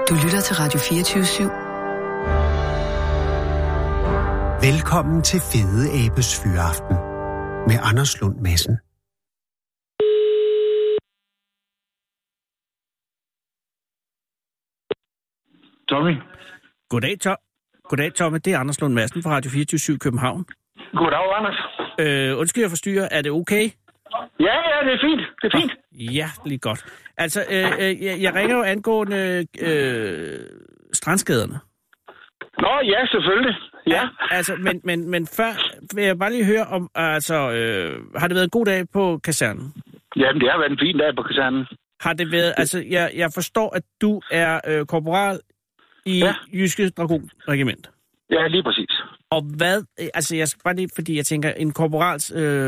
Du lytter til Radio 24/7. Velkommen til Fede Abes Fyraften med Anders Lund Madsen. Tommy. Goddag, Tommy. Det er Anders Lund Madsen fra Radio 24/7 København. Goddag, Anders. Undskyld, jeg forstyrrer. Er det okay? Ja, det er fint. Det er fint. Ja, lige godt. Altså, jeg ringer jo angående strandskaderne. Nå, ja, selvfølgelig. Ja. Altså, men før vil jeg bare lige høre om, altså, har det været en god dag på kasernen? Jamen, det har været en fin dag på kasernen. Har det været, altså, jeg forstår, at du er korporal i Jyske Dragonregiment. Ja, lige præcis. Og hvad, altså, jeg skal bare lige, fordi jeg tænker, en korporals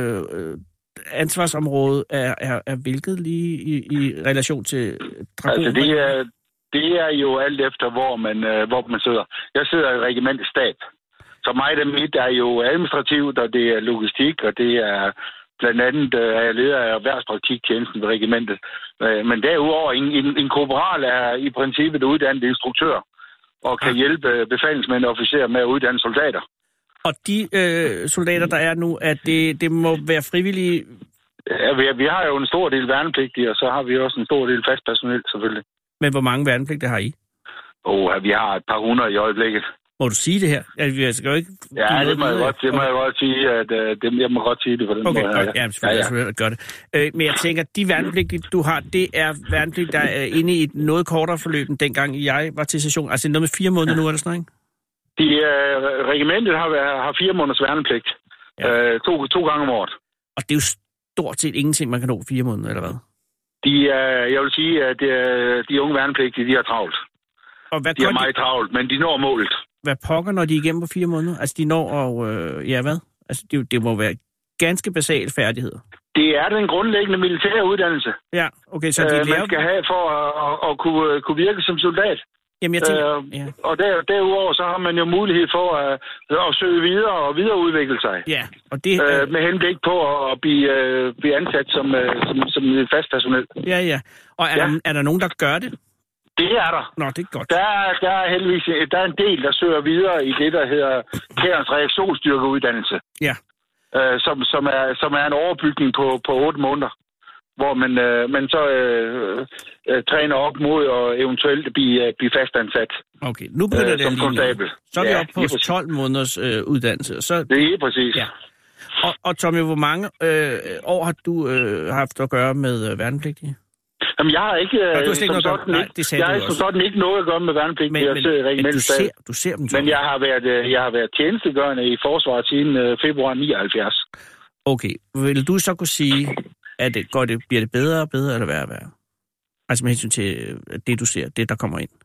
ansvarsområde er hvilket lige i relation til dragoner? Altså, det er jo alt efter, hvor man sidder. Jeg sidder i regimentets stab. Så mig og mit er jo administrativt, og det er logistik, og det er blandt andet, jeg leder af erhvervspraktiktjenesten ved regimentet. Men derudover, en korporal er i princippet uddannet instruktør, og kan hjælpe befalingsmænd og officerer med at uddanne soldater. Og de soldater, der er nu, at det må være frivillige? Ja, vi har jo en stor del værnepligtige, og så har vi også en stor del fast personel, selvfølgelig. Men hvor mange værnepligtige har I? Vi har et par hundrede i øjeblikket. Må du sige det her? Jeg skal jo ikke... Ja, det må jeg godt sige, at jeg må godt sige det på den måde. Okay, godt. Ja, selvfølgelig gør det. Men jeg tænker, de værnepligtige, du har, det er værnepligtige, der er inde i et noget kortere forløb, end dengang jeg var til session. Altså noget med 4 måneder nu, er det sådan, ikke? Regimentet har 4 måneders værnepligt. Ja. To gange om året. Og det er jo stort set ingenting, man kan nå 4 måneder, eller hvad? Jeg vil sige, at de unge værnepligtige, de har travlt. Og hvad de har meget travlt, men de når målet. Hvad pokker, når de er igennem på 4 måneder? Altså, de når hvad? Altså, det må være ganske basale færdigheder. Det er den grundlæggende militære uddannelse. Ja, okay, så de man skal have for at kunne virke som soldat. Jamen, jeg tænker... Og derudover, så har man jo mulighed for at søge videre og videreudvikle sig. Ja, og det... med henblik på at blive ansat som fast personel. Ja. Og er der nogen, der gør det? Det er der. Nå, det er godt. Der er heldigvis en del, der søger videre i det, der hedder Hærens reaktionsstyrkeuddannelse. Ja. Som er en overbygning på 8 måneder, hvor man så træner op mod at eventuelt blive fastansat. Okay, nu begynder det som konstabel. Så er vi oppe på 12 måneders uddannelse. Så... Det er præcis. Ja. Og Tommy, hvor mange år har du haft at gøre med værnepligtige? Jamen, jeg har ikke sådan ikke noget at gøre med værnepligtige. Jeg sidder i regimentet. Du ser dem, men jeg har været tjenestegørende i forsvaret siden februar 79. Okay, vil du så kunne sige, at bliver det bedre og bedre, eller værre og værre? Altså med hensyn til det, du ser, det der kommer ind.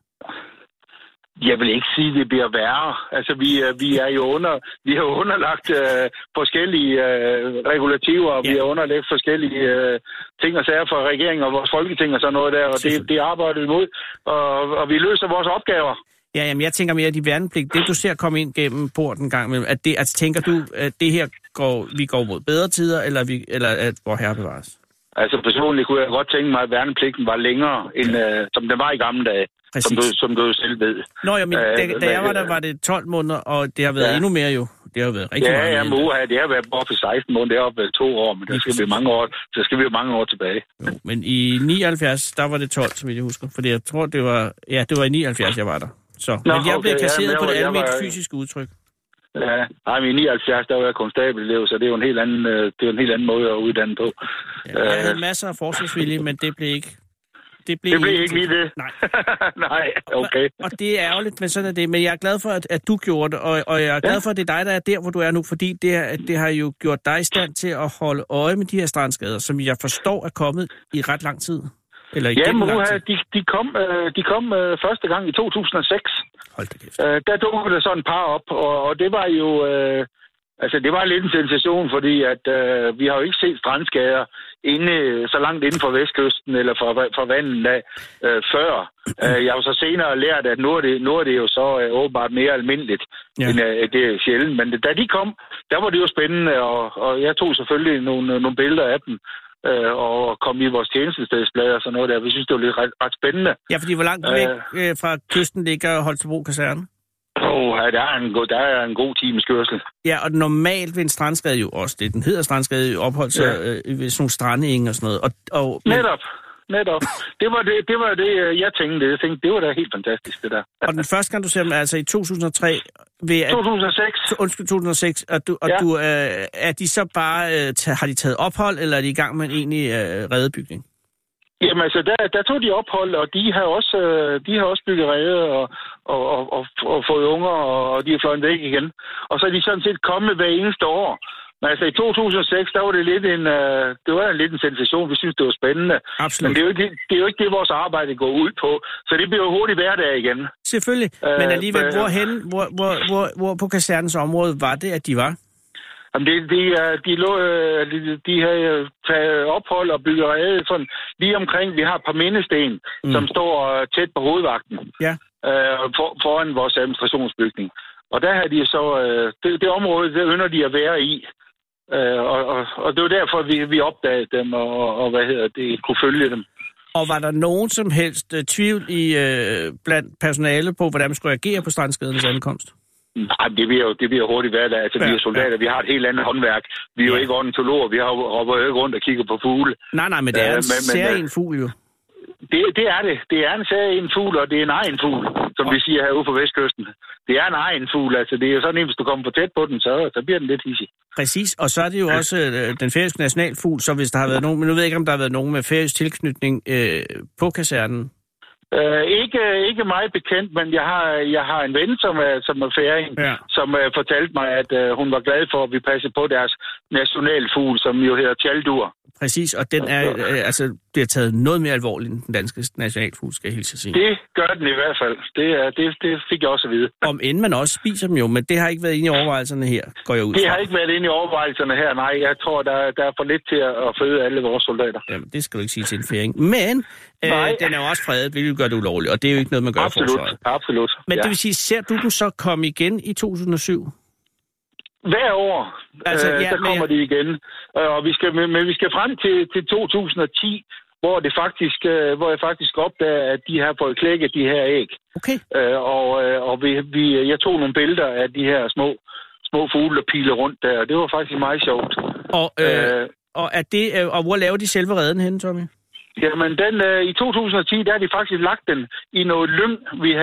Jeg vil ikke sige, at det bliver værre. Altså, vi har underlagt forskellige regulativer, og vi har underlagt forskellige ting og sager fra regeringen og vores folketing og sådan noget der, og det arbejder vi imod, og vi løser vores opgaver. Ja, jamen, jeg tænker mere, at de værnepligt, det du ser komme ind gennem porten gang med, at det, altså, tænker du, at det her vi går mod bedre tider, eller at vor herre bevares? Altså, personligt kunne jeg godt tænke mig, at værnepligten var længere, end som den var i gamle dage. Som du selv ved. Nå, ja, men da jeg var der, var det 12 måneder, og det har været endnu mere jo. Det har været rigtig mange. Ja, det har været op for 16 måneder, det har været 2 år, men så skal vi mange år tilbage. Jo, men i 79, der var det 12, som jeg husker, fordi jeg tror, det var i 79, jeg var der. Så. Men jeg blev kasseret på det almindelige fysiske udtryk. Ja, i 79, der var jeg konstabelelev, så det er jo en helt anden måde at uddanne på. Ja, jeg havde masser af forsvarsvilje, men det blev ikke... Det blev ikke lige det. Nej. Nej, okay. Og det er ærgerligt, men sådan er det. Men jeg er glad for, at du gjorde det, og jeg er glad for, at det er dig, der er der, hvor du er nu, fordi det har jo gjort dig i stand til at holde øje med de her strandskader, som jeg forstår er kommet i ret lang tid. Eller de kom første gang i 2006. Hold da kæft. Der dukkede der sådan et par op, og det var jo... det var lidt en sensation, fordi at vi har jo ikke set strandskader så langt inden for vestkysten eller fra vandet af før. Jeg har så senere lært, at nu er det jo så åbenbart mere almindeligt, end det er sjældent. Men da de kom, der var det jo spændende, og jeg tog selvfølgelig nogle billeder af dem. og komme i vores tjenestestedsblad og sådan noget der. Vi synes, det var lidt ret spændende. Ja, fordi hvor langt væk fra kysten ligger Holstebro Kaserne? Ja, der er en god times kørsel. Ja, og normalt vil en strandskade jo også, den hedder strandskade, opholdt sig ved sådan nogle strandenge og sådan noget. Netop. Det var det, jeg tænkte. Jeg tænkte, det var da helt fantastisk, det der. Og den første gang, du ser dem, altså i 2003... 2006. Undskyld, 2006. Er de så bare... har de taget ophold, eller er de i gang med en egentlig redebygning? Jamen altså, der tog de ophold, og de har også bygget rede og fået unger, og de er fløjet væk igen. Og så er de sådan set kommet hver eneste år. Men altså i 2006, der var det lidt en sensation. Vi synes, det var spændende. Absolut. Men det er jo ikke det, vores arbejde går ud på. Så det bliver jo hurtigt hverdag igen. Selvfølgelig. Men alligevel, hvor på kasernens område var det, at de var? Jamen, de havde taget ophold og bygget rede sådan lige omkring. Vi har et par mindesten, som står tæt på hovedvagten. Ja. Foran vores administrationsbygning. Og der har de så... Det område, det ynder de at være i. Og det var derfor, vi opdagede dem og kunne følge dem. Og var der nogen som helst tvivl blandt personale på, hvordan man skulle agere på strandskadernes ankomst? Nej, det vil jo hurtigt være der. Altså, vi er soldater, vi har et helt andet håndværk. Vi er jo ikke ornitologer, vi hopper jo ikke rundt og kigger på fugle. Nej, men det er en særlig fugl jo. Det er det. Det er en særlig fugl, og det er en egen fugl, som vi siger herude på Vestkysten. Det er en egen fugl, altså det er jo sådan en, hvis du kommer for tæt på den, så bliver den lidt hissig. Præcis, og så er det jo også den færøske nationalfugl, så hvis der har været nogen, men nu ved jeg ikke, om der har været nogen med færøsk tilknytning på kasernen. Ikke meget bekendt, men jeg har en ven, som er færing, som fortalte mig, at hun var glad for, at vi passede på deres nationalfugl, som jo hedder tjaldur. Præcis, og den er bliver taget noget mere alvorligt end den danske nationalfugl, skal jeg hilse at sige. Det gør den i hvert fald. Det fik jeg også at vide. Om end man også spiser dem jo, men det har ikke været inde i overvejelserne her, går jeg ud fra. Det har ikke været inde i overvejelserne her, nej. Jeg tror, der er for lidt til at føde alle vores soldater. Jamen, det skal du ikke sige til en færing. Men den er jo også fredet, hvilket gør det ulovligt, og det er jo ikke noget, man gør i forsvaret. Absolut. Men det vil sige, ser du dem så komme igen i 2007? Hver år, der kommer de igen. Og vi skal frem til 2010, hvor jeg faktisk opdager, at de har fået klækket de her æg. Okay. Jeg tog nogle billeder af de her små fugle, der piler rundt der, og det var faktisk meget sjovt. Og hvor laver de selve reden henne, Tommy? Jamen, i 2010, der har de faktisk lagt den i noget lyng,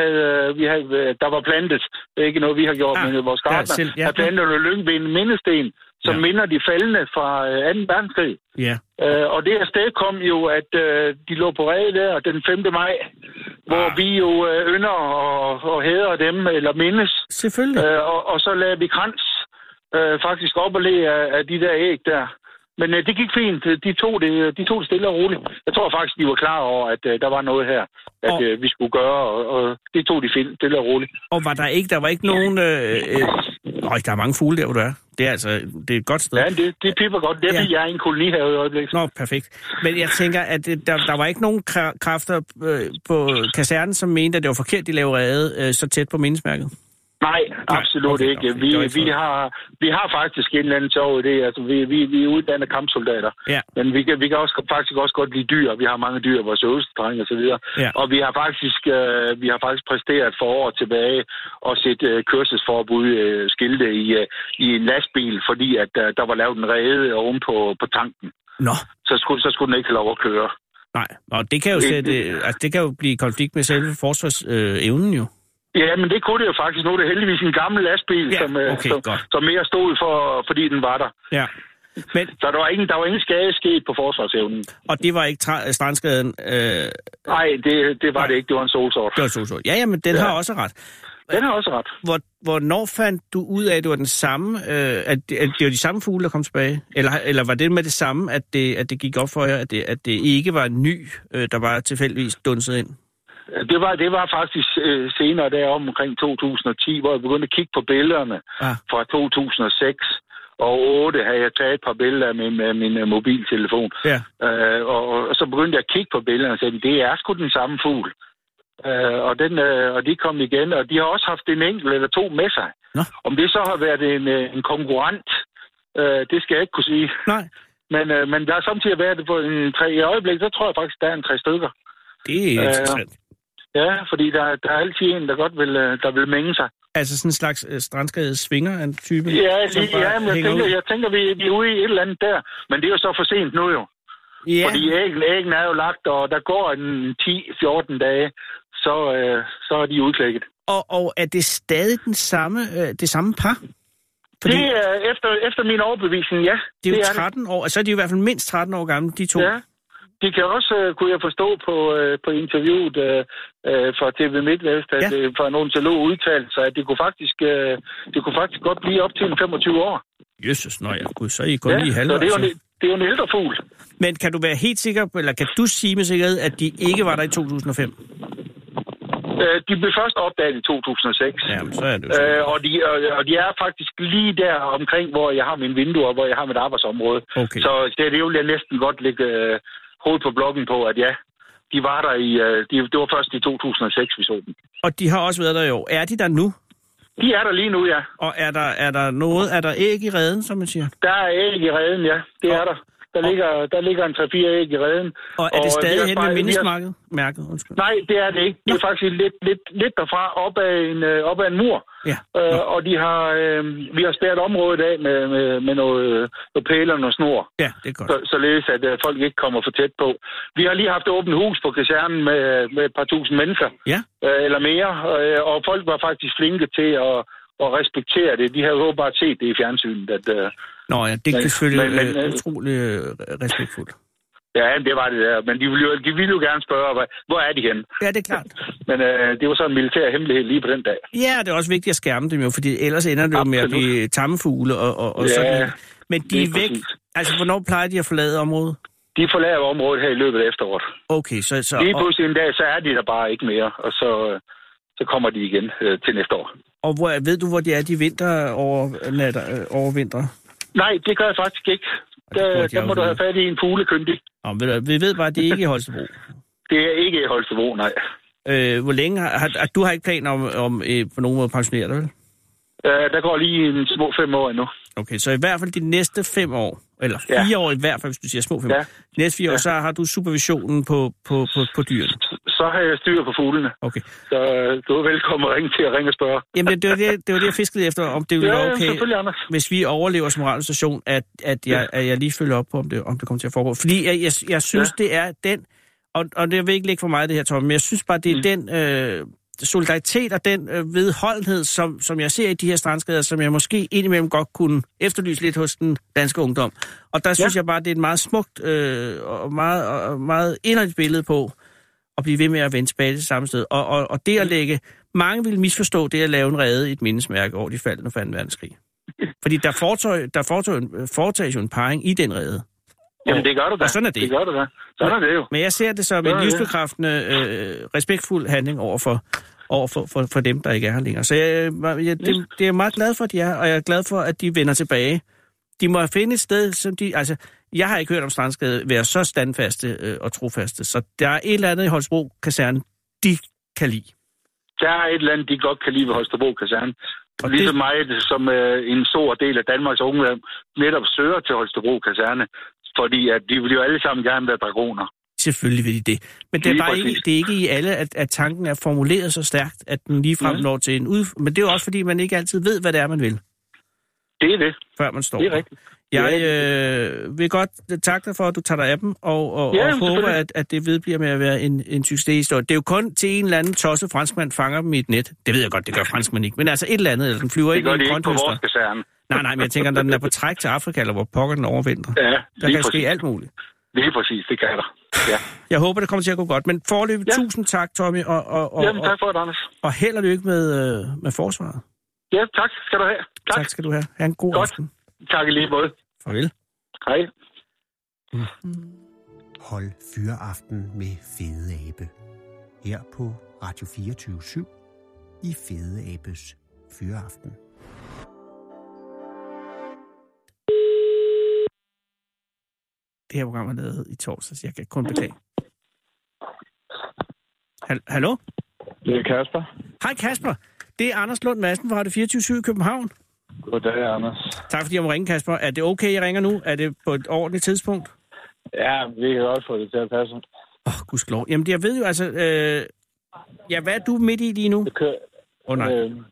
der var plantet. Det er ikke noget, vi har gjort, men vores gartner har plantet noget lyng ved en mindesten, som minder de faldne fra 2. verdenskrig. Ja. Og det afsted kom jo, at de lå på rede der den 5. maj, hvor vi jo ynder og hæder dem, eller mindes. Selvfølgelig. Og så lavede vi krans faktisk op og le af de der æg der. Men det gik fint. De tog det stille og roligt. Jeg tror faktisk, de var klar over, at der var noget her, at vi skulle gøre, og det tog de stille og roligt. Og der var ikke nogen... der er mange fugle der, hvor du er. Det er et godt sted. Ja, det pipper godt. Det er jeg er en kolonihave i øjeblikket. Nå, perfekt. Men jeg tænker, at der var ikke nogen kræfter på kasernen, som mente, at det var forkert, de lavede rede så tæt på mindesmærket? Nej, absolut ikke. Vi har faktisk en eller anden sjov idé. Altså, vi er uddannede kampsoldater. Ja. Men vi kan faktisk også godt lide dyr. Vi har mange dyr, vores øvelsesdrenge og så videre. Ja. Og vi har faktisk præsteret for år tilbage og set kørselsforbud skilte i en lastbil, fordi at der var lavet en rede oven på tanken. Nå. Så skulle den ikke have lov at køre. Nej, og det kan jo det kan jo blive konflikt med selve forsvarsevnen jo. Ja, men det kunne det jo faktisk. Nu er det heldigvis en gammel lastbil, som mere stod fordi den var der. Ja. Men, så der var ingen skade sket på forsvarsevnen. Og det var ikke strandskaden? Nej, det var det ikke. Det var en solsort. Det var en solsort. Ja, men den har også ret. Den har også ret. Hvornår fandt du ud af, at det var den samme, at det var de samme fugle, der kom tilbage? Eller var det med det samme, at det gik op for jer, at det ikke var en ny, der bare tilfældigvis dunsede ind? Det var faktisk senere derom omkring 2010, hvor jeg begyndte at kigge på billederne fra 2006. Og 2008 havde jeg taget et par billeder med min mobiltelefon. Ja. Og så begyndte jeg at kigge på billederne og sagde, det er sgu den samme fugl. Og de kom igen, og de har også haft en enkelt eller to med sig. Nå. Om det så har været en konkurrent, det skal jeg ikke kunne sige. Nej. Men der har samtidig været på en 3 i øjeblikket, så tror jeg faktisk, der er en 3 stykker. Det er interessant. Ja, fordi der er altid en, der godt vil mænge sig. Altså sådan en slags strandskade svinger af en type? Ja, men jeg tænker, vi er ude i et eller andet der. Men det er jo så for sent nu jo. Ja. Fordi æggen er jo lagt, og der går en 10-14 dage, så er de udklækket. Og er det stadig det samme par? Fordi det er efter min overbevisning, ja. Det er jo 13 år, altså er de i hvert fald mindst 13 år gamle, de to. Ja. De kan også, kunne jeg forstå på interviewet fra TV MidtVest, at fra en ornitolog udtalte sig, at det kunne faktisk godt blive op til en 25 år. Jesus, nå ja, gud, så er I kun lige halve. Så det er jo en ældre fugl. Men kan du være helt sikker, eller kan du sige med sikkerhed, at de ikke var der i 2005? De blev først opdaget i 2006. Jamen, så er det jo og de er faktisk lige der omkring, hvor jeg har mine vinduer, hvor jeg har mit arbejdsområde. Okay. Så det vil jeg næsten godt lægge hovedet på bloggen på, at ja, de var der det var først i 2006, vi så dem. Og de har også været der i år. Er de der nu? De er der lige nu, ja. Og er der æg i reden, som man siger? Der er æg i reden, ja. Det er der. Der ligger en 3-4 æg i reden. Og er det stadig hen med mindesmærket? Nej, det er det ikke. Det er faktisk lidt derfra op ad en mur. Ja. Og vi har spærret området af med noget pæle og noget snor. Ja, det er godt. Således at folk ikke kommer for tæt på. Vi har lige haft åbent hus på kasernen med et par tusind mennesker. Ja. Eller mere. Og folk var faktisk flinke til at respektere det. De havde jo bare set det i fjernsynet, at nå ja, det kan selvfølgelig utrolig respektfuldt. Ja, det var det der. Men de ville jo gerne spørge, hvor er de henne? Ja, det er klart. Men det var så en militær hemmelighed lige på den dag. Ja, det er også vigtigt at skærme dem jo, fordi ellers ender det jo med at blive tammefugle og ja, sådan. Men de er væk. Præcis. Altså, hvornår plejer de at forlade området? De forlader området her i løbet af efteråret. Okay, så lige pludselig en dag, så er de der bare ikke mere, og så kommer de igen til næste år. Og ved du, hvor de er de overvintrer? Nej, det gør jeg faktisk ikke. Der må du have fat i en fuglekyndig. Vi ved bare, at det er ikke i Holstebro. Det er ikke i Holstebro, nej. Hvor længe du har ikke planer om på nogen måde pensionere dig, vel? Der går lige en små 5 år endnu. Okay, så i hvert fald de næste 5 år, eller 4 år i hvert fald, hvis du siger små 5 år. De næste 4 år, så har du supervisionen på dyrene. Så har jeg styr på fuglene. Okay. Så du er velkommen til at ringe og spørge. Jamen, det var det, jeg fiskede efter, om det ville være okay, hvis vi overlever som radiostation, at jeg lige følger op på, om det kommer til at foregå. Fordi jeg synes, det er den, og det vil ikke ligge for mig, det her, Tom, men jeg synes bare, det er den solidaritet og den vedholdenhed, som jeg ser i de her strandskader, som jeg måske indimellem godt kunne efterlyse lidt hos den danske ungdom. Og der synes jeg bare, det er et meget smukt og meget, meget inderligt billede på at blive ved med at vende tilbage til samme sted. Og det at lægge... Mange vil misforstå det at lave en rede i et mindesmærke over de faldne 2. verdenskrig. Fordi der foretages jo en parring i den rede. Jamen, det gør du da. Og sådan er det. Det gør du da. Sådan er det jo. Men jeg ser det som en livsbekræftende, respektfuld handling over for dem, der ikke er her længere. Så det er jeg meget glad for, at de er, og jeg er glad for, at de vender tilbage. De må finde et sted, som de... Altså, jeg har ikke hørt om strandskade være så standfaste og trofaste, så der er et eller andet i Holstebro Kaserne, de kan lide. Der er et eller andet, de godt kan lide ved Holstebro Kaserne. Og ligesom mig, som en stor del af Danmarks unge netop søger til Holstebro Kaserne, fordi at de vil jo alle sammen gerne være dragoner. Selvfølgelig vil de det. Men det er bare ikke i alle, at tanken er formuleret så stærkt, at den ligefrem når til en Men det er jo også, fordi man ikke altid ved, hvad det er, man vil. Det er det. Før man står. Det er rigtigt. Jeg vil godt takke dig for, at du tager dig af dem, og håber, at det vedbliver med at være en succeshistorie. Det er jo kun til en eller anden tosset franskmand fanger dem i et net. Det ved jeg godt, det gør franskmænd ikke. Men altså et eller andet, eller den flyver ikke i en grønthøster. Det gør de ikke på vores kaserne. Nej, men jeg tænker, når den er på træk til Afrika, eller hvor pokker den overvintrer. Ja, der kan ske alt muligt. Lige præcis, det kan der. Ja. Jeg håber, det kommer til at gå godt. Men foreløbig, tusind tak, Tommy. Jamen, tak for det, Anders. Og held og lykke med forsvaret. Ja, tak skal du have. Tak skal du have. Ha' en god aften. Tak i lige måde. Farvel. Hej. Hold Fyraften med Fede Abe. Her på Radio 24/7 i Fede Abes Fyraften. Det her program er lavet i torsdags. Jeg kan kun beklage. Hallo? Det er Kasper. Hej Kasper. Det er Anders Lund Madsen fra Radio 24/7 i København. Goddag, Anders. Tak fordi jeg må ringe, Kasper. Er det okay, jeg ringer nu? Er det på et ordentligt tidspunkt? Ja, vi kan også få det til at passe. Gudskelov. Jamen, jeg ved jo altså... Ja, hvad er du midt i lige nu? Det kører... Nej.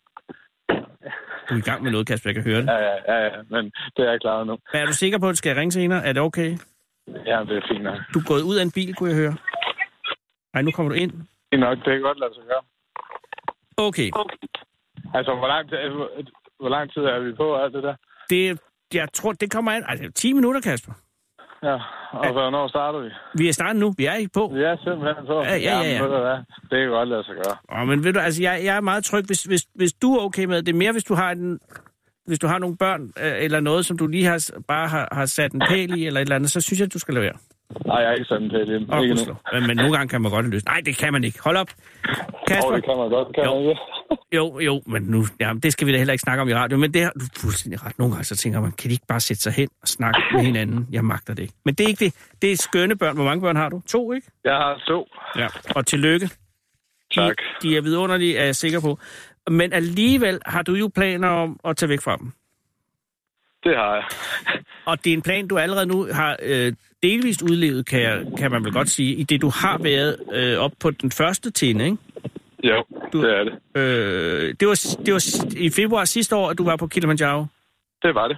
Du er i gang med noget, Kasper, jeg kan høre det. Ja, men det er jeg klar nu. Men er du sikker på, at det skal jeg ringe senere? Er det okay? Ja, det er fint nok. Du er gået ud af en bil, kunne jeg høre. Nej, nu kommer du ind. Det er nok, det kan godt lade sig gøre. Okay. Altså, hvor lang tid er vi på alt det der? Jeg tror, det kommer an. Altså, 10 minutter, Kasper. Ja, og hvornår starter vi? Vi er startet nu. Vi er ikke på. Vi er simpelthen på. Ja. Det kan godt lade sig gøre. Men ved du, altså, jeg er meget tryg, hvis du er okay med det. Det er mere, hvis du har nogle børn eller noget, som du lige har sat en pæl i, eller et eller andet, så synes jeg, du skal lade være. Nej, jeg har ikke sat en pæl i. Ikke nu. Men nogle gange kan man godt løse. Nej, det kan man ikke. Hold op. Kasper. Det kan man godt. Kan man ikke? Jo, men nu, det skal vi da heller ikke snakke om i radio, men det har du fuldstændig ret. Nogle gange så tænker man, kan de ikke bare sætte sig hen og snakke med hinanden? Jeg magter det ikke. Men det er ikke det. Det er skønne børn. Hvor mange børn har du? 2, ikke? Jeg har 2. Ja, og tillykke. Tak. De er vidunderlige, er jeg sikker på. Men alligevel har du jo planer om at tage væk fra dem. Det har jeg. Og det er en plan, du allerede nu har delvist udlevet, kan man vel godt sige, i det du har været op på den første tinde, ikke? Jo, det er det. Det var i februar sidste år, at du var på Kilimanjaro? Det var det.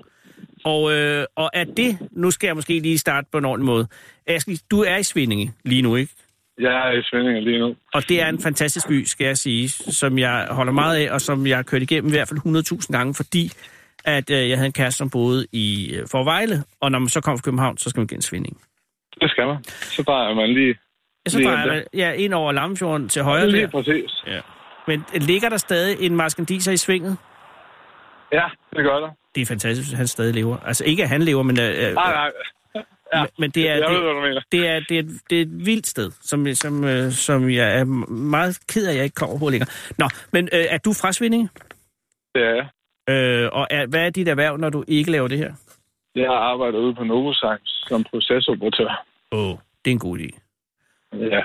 Og er det, nu skal jeg måske lige starte på en ordentlig måde. Du er i Svinninge lige nu, ikke? Jeg er i Svinninge lige nu. Og det er en fantastisk by, skal jeg sige, som jeg holder meget af, og som jeg har kørt igennem i hvert fald 100.000 gange, fordi at jeg havde en kæreste, som boede i Forvejle, og når man så kommer fra København, så skal man gennem Svinninge. Det skal man. Så drejer man lige... Så drejer man ind over Lammefjorden til højre. Lige præcis. Ja. Men ligger der stadig en marskandiser i svinget? Ja, det gør der. Det er fantastisk, at han stadig lever. Altså ikke at han lever, men... Nej. Ja, men det er, jeg ved, hvad du mener. Det er et vildt sted, som jeg er meget ked af, at jeg ikke kommer på længere. Nå, men er du fra Svinninge? Det er jeg. Og hvad er dit erhverv, når du ikke laver det her? Jeg arbejder ude på Novozymes som procesoperatør. Det er en god idé. Ja,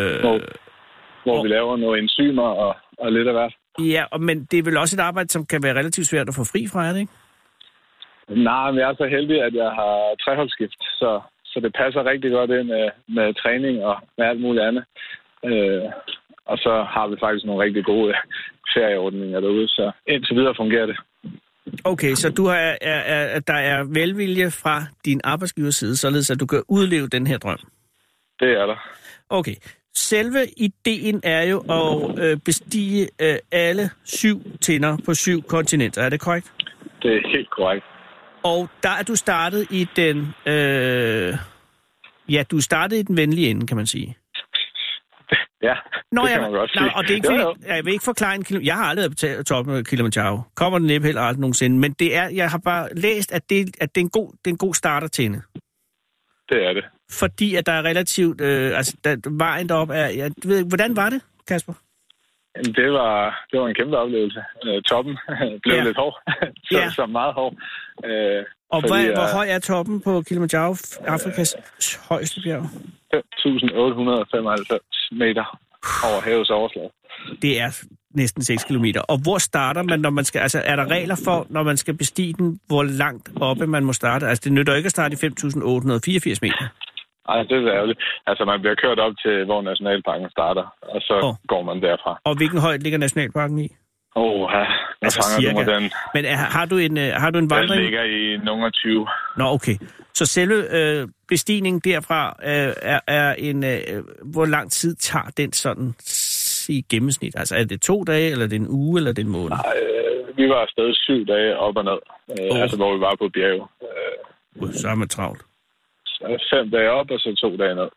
hvor vi laver nogle enzymer og lidt af hvert. Ja, men det er vel også et arbejde, som kan være relativt svært at få fri fra, er det ikke? Nej, men jeg er så heldig, at jeg har treholdsskift, så det passer rigtig godt ind med træning og med alt muligt andet. Og så har vi faktisk nogle rigtig gode ferieordninger derude, så indtil videre fungerer det. Okay, så der er velvilje fra din arbejdsgivers side, således at du kan udleve den her drøm? Det er der. Okay. Selve ideen er jo at bestige alle 7 tinder på 7 kontinenter. Er det korrekt? Det er helt korrekt. Og der er du startet i den... du startede i den venlige ende, kan man sige. Ja, det kan man godt sige. Og det er ikke, jeg vil ikke forklare en Jeg har aldrig været på toppen af Kilimanjaro. Kommer det næppe heller aldrig nogensinde. Men jeg har bare læst, at det er en god startertinde. Det er det. Fordi at der er relativt... vejen derop er... hvordan var det, Kasper? Jamen, det var en kæmpe oplevelse. Toppen blev lidt hård. Så meget hård. Og hvor høj er toppen på Kilimanjaro, Afrikas højeste bjerg? 5.895 meter over havets overflade. Det er næsten 6 kilometer. Og hvor starter man, når man skal... Altså, er der regler for, når man skal bestige den, hvor langt oppe man må starte? Altså, det nytter ikke at starte i 5.884 meter. Ej, det er ærgerligt. Altså, man bliver kørt op til, hvor nationalparken starter, og så går man derfra. Og hvilken højde ligger nationalparken i? Den. Men har du en vandring? Den ligger i nogle af 20. Nå, okay. Så selve bestigningen derfra er en... hvor lang tid tager den sådan i gennemsnit? Altså, er det 2 dage, eller er det en uge, eller er det en måned? Nej, vi var afsted 7 dage op og ned. Altså, hvor vi var på bjerget. Så er man travlt. 5 dage op, og så 2 dage ned.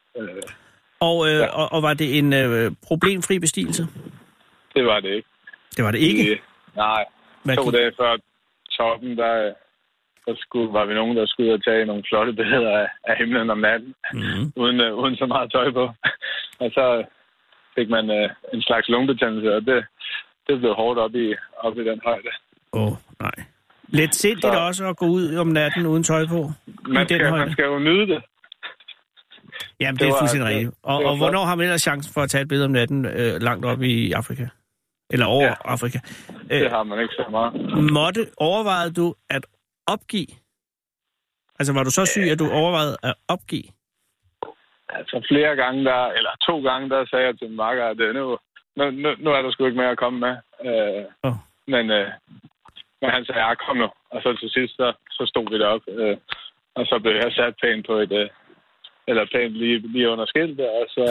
Og var det en problemfri bestigelse? Det var det ikke. Det var det ikke? Nej. 2 dage før toppen, der var vi nogen, der skulle ud og tage nogle flotte billeder af himlen om natten, uden så meget tøj på. Og så fik man en slags lungebetændelse, og det blev hårdt op i den højde. Nej. Lidt sindigt også at gå ud om natten uden tøj på? Man skal jo nyde det. Jamen, det er fuldstændig rigtigt. Og hvornår har man ellers chancen for at tage et billede om natten langt op i Afrika? Eller over Afrika. Det har man ikke så meget. Overvejede du at opgive? Altså, var du så syg, at du overvejede at opgive? Altså, flere gange eller 2 gange, der sagde jeg til min makker, at nu er der sgu ikke mere at komme med. Men han sagde, ja, kom nu. Og så til sidst, så stod vi derop. Og så blev jeg sat pænt på pænt lige under skiltet,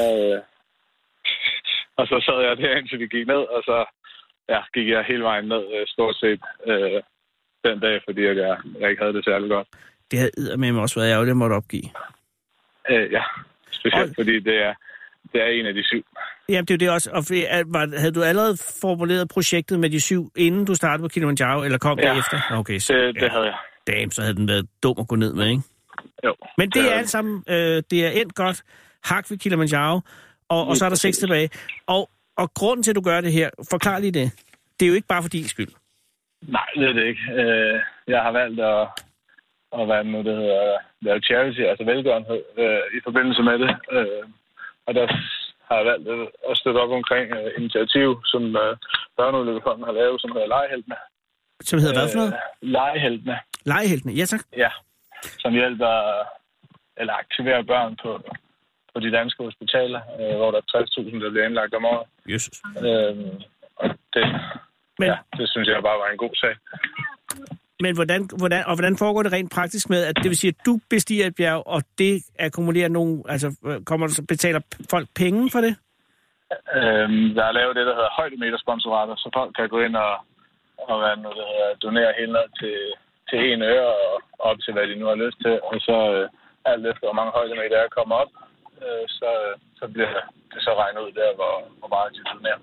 og så sad jeg der, indtil vi gik ned, og så gik jeg hele vejen ned, stort set, den dag, fordi jeg ikke havde det særlig godt. Det havde eddermame også været ærgerligt, at måtte opgive. Ja, specielt fordi det er en af de 7. Jamen, det er jo det også. Og havde du allerede formuleret projektet med de 7, inden du startede på Kilimanjaro, eller kom det efter? Okay, så, det havde jeg. Damn, så havde den været dum at gå ned med, ikke? Jo. Men det er alt sammen, det er endt godt. Hak ved Kilimanjaro, og så er der 6 tilbage. Og grunden til, at du gør det her, forklar lige det. Det er jo ikke bare for din skyld. Nej, det er det ikke. Jeg har valgt at være nu, det hedder lave charity, altså velgørenhed, i forbindelse med det. Og der har jeg valgt at støtte op omkring initiativ, som Børneulykkesfonden har lavet, som hedder Legeheltene. Som hedder hvad for noget? Legeheltene. Legeheltene, ja tak. Ja, som hjælper eller aktiverer børn på de danske hospitaler, hvor der er 60.000, der bliver indlagt om året. Jesus. Og det synes jeg bare var en god sag. Men hvordan foregår det rent praktisk med, at det vil sige, at du bestiger et bjerg, og det akkumulerer nogle, altså betaler folk penge for det? Der er lavet det, der hedder højdemetersponsorater, så folk kan gå ind og donere helt ned til 1 øre og op til, hvad de nu har lyst til. Og så alt efter, hvor mange højdemeter der kommer op, så bliver det så regnet ud der, hvor meget de donerer.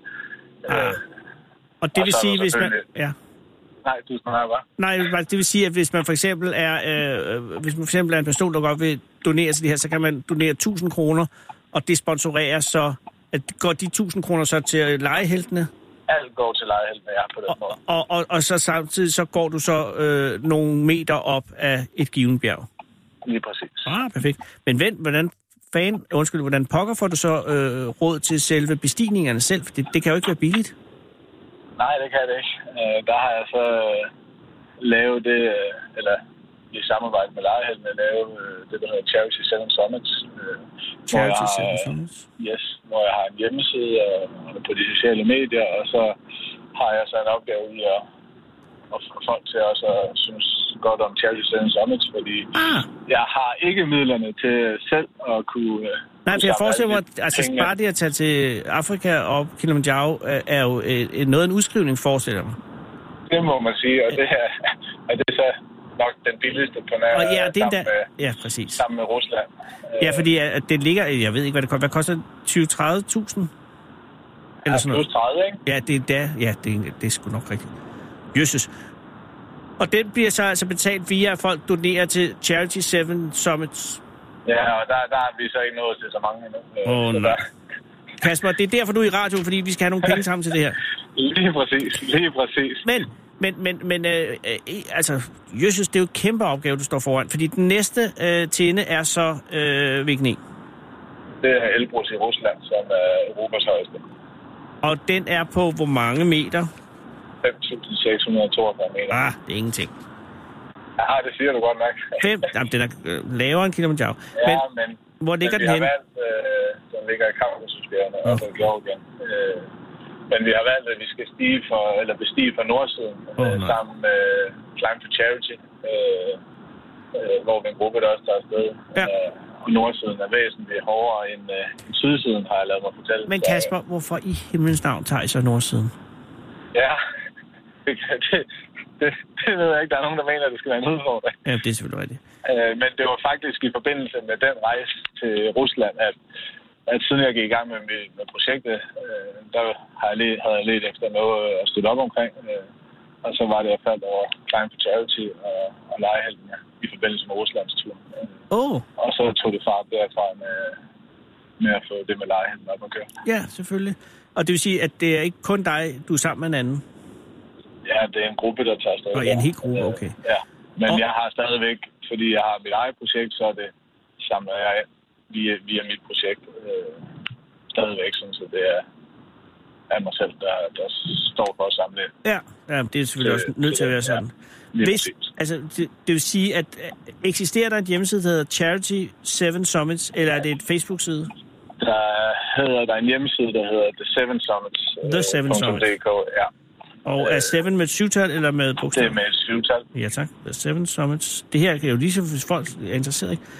Og det vil sige, hvis man... Ja. Nej, du snakker bare. Nej, det vil sige, at hvis man for eksempel er en person, der godt vil donere til det her, så kan man donere 1.000 kroner, og det sponsorerer så, at går de 1.000 kroner så til legeheltene? Alt går til legeheltene, ja, på den måde. Og så samtidig så går du så nogle meter op af et givet bjerg? Lige præcis. Perfekt. Men hvordan pokker får du så råd til selve bestigningerne selv? For det kan jo ikke være billigt. Nej, det kan det ikke. Der har jeg så lavet det, eller i samarbejde med legeheltene, lavet det, der hedder Charity 7 Summits. Charity 7 Summits? Yes, hvor jeg har en hjemmeside og på de sociale medier, og så har jeg så en opgave i at få folk til også at synes godt om Charity 7 Summits, fordi jeg har ikke midlerne til selv at kunne... Nej, for jeg forestiller mig, at bare det at tage til Afrika og Kilimanjaro er jo noget af en udskrivning, forestiller mig. Det må man sige, og det er det så nok den billigste på nær præcis. Sammen med Rusland. Ja, fordi at det ligger, jeg ved ikke, hvad det koster. Hvad koster det? 20-30.000? Eller sådan noget? 30, ikke? Ja, det er sgu nok rigtigt. Jesus. Og den bliver så altså betalt via, at folk donerer til Charity 7 Summits. Ja, og der er vi så ikke nået til så mange endnu. Nej. Kasper, det er derfor, du er i radio, fordi vi skal have nogle penge sammen til det her. Lige præcis. Men altså, Jesus, det er jo et kæmpe opgave, du står foran. Fordi den næste tinde er så hvilken en? Det er Elbrus i Rusland, som er Europas højeste. Og den er på hvor mange meter? 5.642 meter. Det er ingenting. Ja, det siger du godt nok. Jamen, den er lavere end Kilimanjaro. Ja, men hvor ligger den henne? Den ligger i Kaukasusbjergene og i Georgien. Men vi har valgt, at vi skal bestige fra nordsiden sammen med Climb for Charity, hvor vi er en gruppe, der også tager afsted. Ja. Og nordsiden er væsentligt hårdere end sydsiden, har jeg lavet mig fortælle. Men Kasper, hvorfor i himlens navn tager I så nordsiden? Ja, det ved jeg ikke. Der er nogen, der mener, at det skal være en udfordring. Ja, det er selvfølgelig rigtigt. Men det var faktisk i forbindelse med den rejse til Rusland, at siden jeg gik i gang med projektet, der havde jeg let efter noget at støtte op omkring. Og så var det, jeg faldt over Climb for Charity og legeheltene i forbindelse med Ruslands tur. Og så tog det fart derfra med at få det med legeheltene op at køre. Ja, selvfølgelig. Og det vil sige, at det er ikke kun dig, du er sammen med en anden? Ja, det er en gruppe, der tager afsted. En hel gruppe, okay. Ja, men jeg har stadigvæk, fordi jeg har mit eget projekt, så er det samler jeg via mit projekt stadigvæk, så det af mig selv, der står for at samle ind. Ja, det er selvfølgelig også nødt til at være sådan. Det vil sige, at eksisterer der en hjemmeside, der hedder Charity 7 Summits, eller er det et Facebook-side? Der er en hjemmeside, der hedder The 7 Summits. The 7 Summits. Ja. Og er 7 med et 7-tal eller med et bogstav? Det er med et 7-tal. Ja, tak. The 7 Summits. Det her kan jo lige så, hvis folk er interesseret, ikke?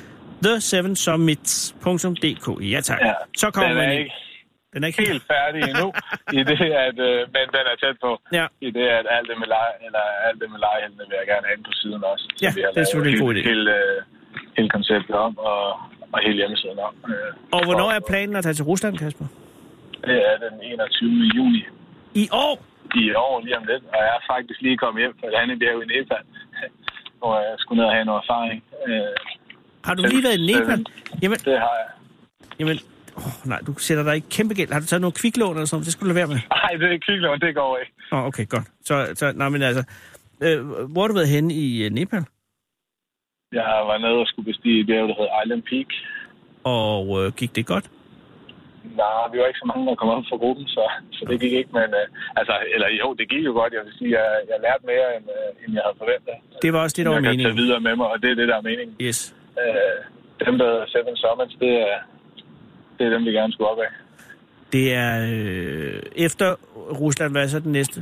The7summits.dk. Ja, tak. Ja, så kommer man ind. Den er ikke helt færdig endnu, i det, at, men den er tæt på. Ja. I det, at alt det med lejehelene vil jeg gerne have ind på siden også. Så ja, vi har det er selvfølgelig en god idé. Hele konceptet om, og hele hjemmesiden om. Og hvornår er planen at tage til Rusland, Kasper? Det er den 21. juni. I år? I år, lige om lidt. Og jeg er faktisk lige kommet hjem fra et andet bjerg i Nepal, hvor jeg skulle ned og have noget erfaring. Har du lige været i Nepal? Jamen, det har jeg. Jamen, nej, du sætter dig ikke kæmpe gæld. Har du taget noget kviklån eller sådan? Det skulle du lade være med. Nej, det er ikke kviklån, det går ikke. Okay, godt. Så nej, men altså, hvor har du været henne i Nepal? Jeg var nede og skulle bestige det, der hedder Island Peak. Og gik det godt? Nej, vi var ikke så mange, der kom op fra gruppen, så det gik ikke. Men det gik jo godt. Jeg vil sige, jeg lærte mere, end jeg havde forventet. Det var også det, der var meningen. Jeg kan tage videre med mig, og det er det, der er meningen. Yes. Dem, der hedder 7 Summits, det er dem, vi gerne skulle op af. Det er efter Rusland, hvad er så den næste?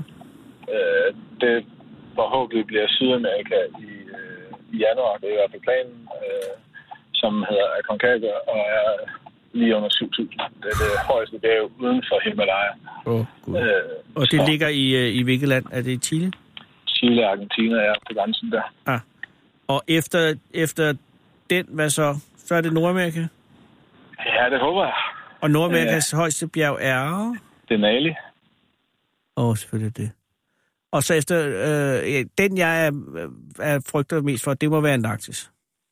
Det forhåbentlig bliver Sydamerika i januar. Det er i hvert fald planen, som hedder Aconcagua, og er lige under 7.000. Det er det højeste bjerg uden for Himalaya. Og det ligger i hvilket land? Er det i Chile? Chile og Argentina er på grænsen der. Ah. Og efter den, hvad så? Så er det Nordamerika? Ja, det håber jeg. Og Nordamerikas højeste bjerg er? Denali. Selvfølgelig det. Og så efter den, jeg er frygter mest for, det må være Antarktis.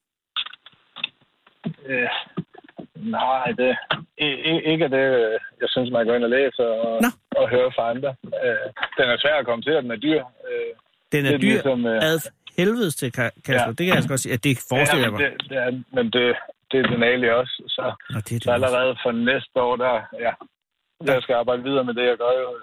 Nej, det ikke det, jeg synes, man går ind og læser og hører fra andre. Den er svær at komme til, at den er dyr. Den er dyr ligesom, ad helvedes til, Kasper. Ja. Det kan jeg godt sige, at det forestiller mig. Men det er Denali også. Så allerede for næste år, der skal jeg arbejde videre med det, jeg gør jo.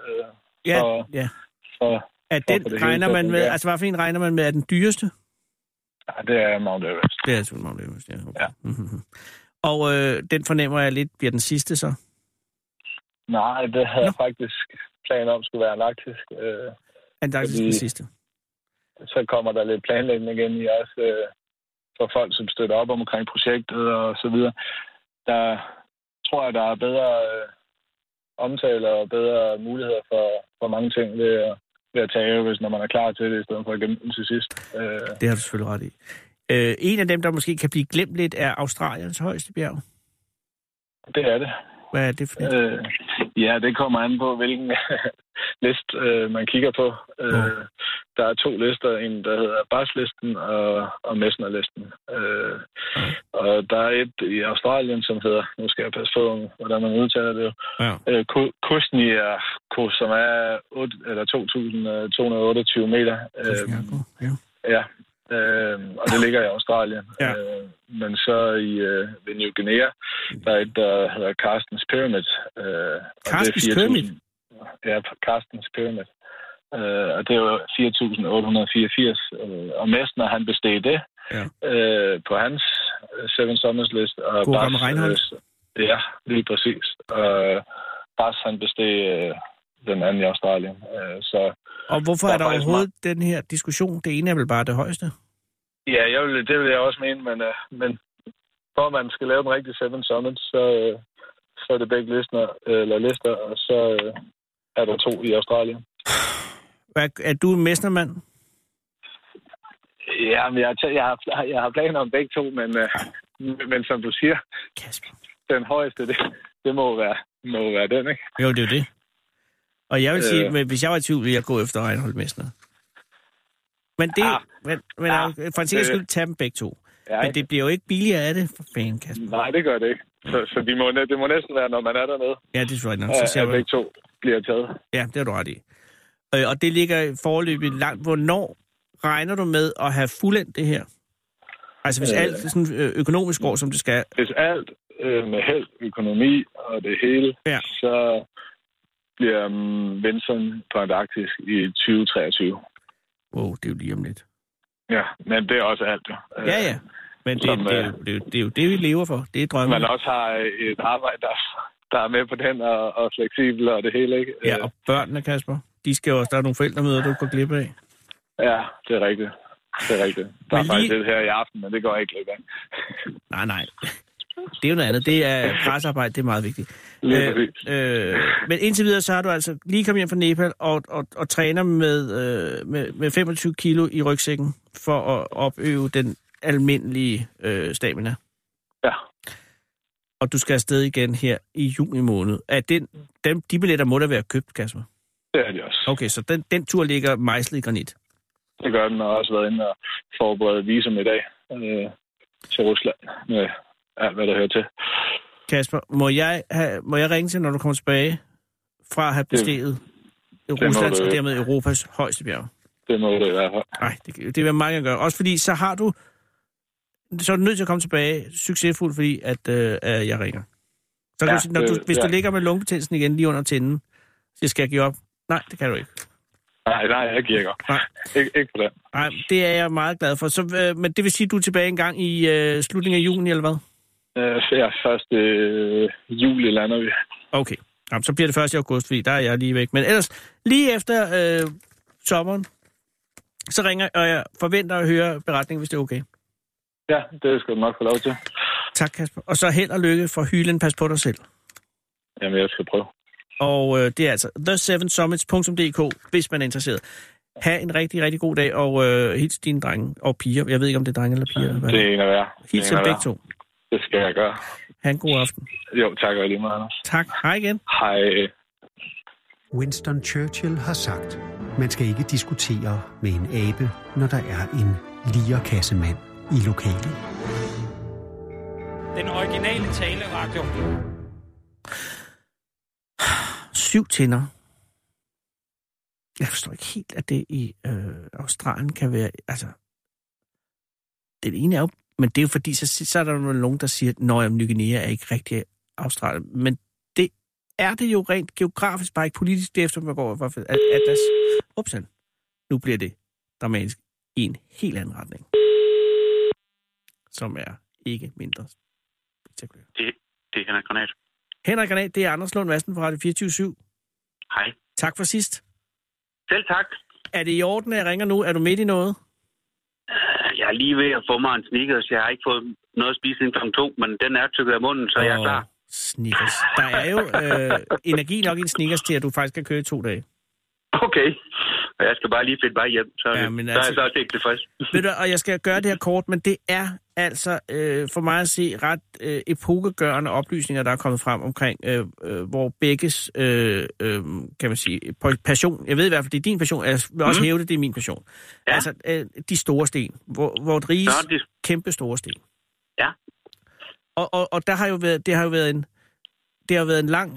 Regner man med, altså hvad for en regner man med, er den dyreste? Ja, det er Mount Everest. Det er altså Mount Everest, ja. Okay. Ja. Mm-hmm. Og den fornemmer jeg lidt, bliver den sidste så? Nej, det havde jeg faktisk planer om, skulle være Antarktis. Antarktis den sidste? Så kommer der lidt planlægning igen i os for folk, som støtter op omkring projektet og så videre. Der tror jeg, der er bedre omtaler og bedre muligheder for mange ting ved at tage, hvis når man er klar til det, i stedet for at gemme den til sidst. Det har du selvfølgelig ret i. En af dem, der måske kan blive glemt lidt, er Australiens højeste bjerg. Det er det. Hvad er det for det? Ja, det kommer an på, hvilken liste man kigger på. Der er 2 lister. En, der hedder Bass-listen og Messner-listen. Og der er et i Australien, som hedder, nu skal jeg passe på, hvordan man udtaler det jo, Kusniako, som er 2.228 meter. Ja. Og det ligger i Australien. Ja. Men så ved New Guinea, der er et, der hedder Carstens Pyramid. Carstens Pyramid? Ja, Carstens Pyramid. Og det er jo 4.884. Og Messner, han besteg det på hans 7 Summits list. Og God gammel Reinhold. Ja, lige præcis. Og Bass, han besteg den anden i Australien. Og hvorfor er der overhovedet den her diskussion? Det ene er vel bare det højeste? Ja, det vil jeg også mene, men for man skal lave den rigtige 7 Summits, så er det begge lister, og så er der 2 i Australien. Er du en Messner-mand? Ja, men jeg har planer om begge 2, men som du siger, Kasper, den højeste, det må være den, ikke? Jo, det er jo det. Og jeg vil sige, hvis jeg var i tvivl, ville jeg gå efter Reinhold Messner. Men det, for en sikker skyld, tage dem begge 2. Ja, men det bliver jo ikke billigere af det, for fanden, Kasper. Nej, det gør det ikke. Så det må næsten være, når man er dernede. Ja, det tror jeg nok. Så ser begge 2 bliver taget. Ja, det har du ret i. Og det ligger foreløbigt langt. Hvornår regner du med at have fuldendt det her? Altså hvis alt sådan økonomisk går, som det skal. Hvis alt med held, økonomi og det hele, så bliver Vinson på Antarktis i 2023. Wow, det er jo lige om lidt. Ja, men det er også alt, jo. Ja. Men det er jo det, vi lever for. Det er drømmen. Man også har et arbejde, der er med på den, og fleksibel og det hele, ikke? Ja, og børnene, Kasper, de skal jo også, der er nogle forældremøder, du går glip af. Ja, det er rigtigt. Der er faktisk lidt her i aften, men det går ikke glip af. Nej. Det er jo noget andet. Det er pressearbejde, det er meget vigtigt. Men indtil videre, så har du altså lige kommet hjem fra Nepal og træner med 25 kilo i rygsækken for at opøve den almindelige stamina. Ja. Og du skal afsted igen her i juni måned. De billetter må da være købt, Kasper? Det er de også. Okay, så den tur ligger mejslet i granit? Det gør den, og har også været inde og forberede visum i dag til Rusland med alt, hvad der hører til. Kasper, må jeg ringe til, når du kommer tilbage fra at have besteget Ruslands og dermed Europas højeste bjerg? Det må det i hvert fald. Nej, det vil mange gøre. Også fordi, så er du nødt til at komme tilbage succesfuldt, fordi at jeg ringer. Så kan du sige, hvis du ligger med lungebetændelsen igen lige under tænden, så skal jeg give op. Nej, det kan du ikke. Nej, jeg giver ikke op. Nej. Ikke på det. Nej, det er jeg meget glad for. Så, men det vil sige, at du er tilbage en gang i slutningen af juni, eller hvad? Ja, 1. juli lander vi. Okay. Jamen, så bliver det 1. august, fordi der er jeg lige væk. Men ellers, lige efter sommeren, så ringer og jeg forventer at høre beretningen, hvis det er okay. Ja, det skal du nok få lov til. Tak, Kasper. Og så held og lykke for hylden. Pas på dig selv. Jamen, jeg skal prøve. Og det er altså the7summits.dk, hvis man er interesseret. Ha' en rigtig, rigtig god dag, og hils dine drenge og piger. Jeg ved ikke, om det er drenge eller piger. Eller hvad. Det er en af hver. Hils dem begge to. Det skal jeg gøre. Ha' en god aften. Jo, tak og lige meget, Anders. Tak. Hej igen. Hej. Winston Churchill har sagt, man skal ikke diskutere med en abe, når der er en lierkassemand i lokalet. Den originale taleradio. 7 tænder. Jeg forstår ikke helt, at det i Australien kan være... Altså, det ene er jo... Men det er jo fordi, så er der jo nogen, der siger, at Ny Guinea er ikke rigtig Australien. Men det er det jo rent geografisk, bare ikke politisk, det efter man går over for Atlas. Upsen. Nu bliver det dramatisk i en helt anden retning. Som er ikke mindre spektakulær. Det er Henrik Granat. Henrik Granat, det er Anders Lund Madsen fra Radio 24/7. Hej. Tak for sidst. Selv tak. Er det i orden, at jeg ringer nu? Er du midt i noget? Jeg er lige ved at få mig en Snickers. Jeg har ikke fået noget at spise inden kl. 2, men den er tykket af munden, så jeg er klar. Snickers. Der er jo energi nok i en Snickers til, at du faktisk kan køre i 2 dage. Okay. Og jeg skal bare lige finde vej hjem, så er jeg så også ikke tilfreds. Ved du, og jeg skal gøre det her kort, men det er altså for mig at se ret epokegørende oplysninger, der er kommet frem omkring, hvor begges, kan man sige, passion, jeg ved i hvert fald, det er din passion, jeg vil også hæve det, det er min passion. Ja. Altså, de store sten, hvor riges kæmpe store sten. Ja. Og der har jo været, det har jo været en lang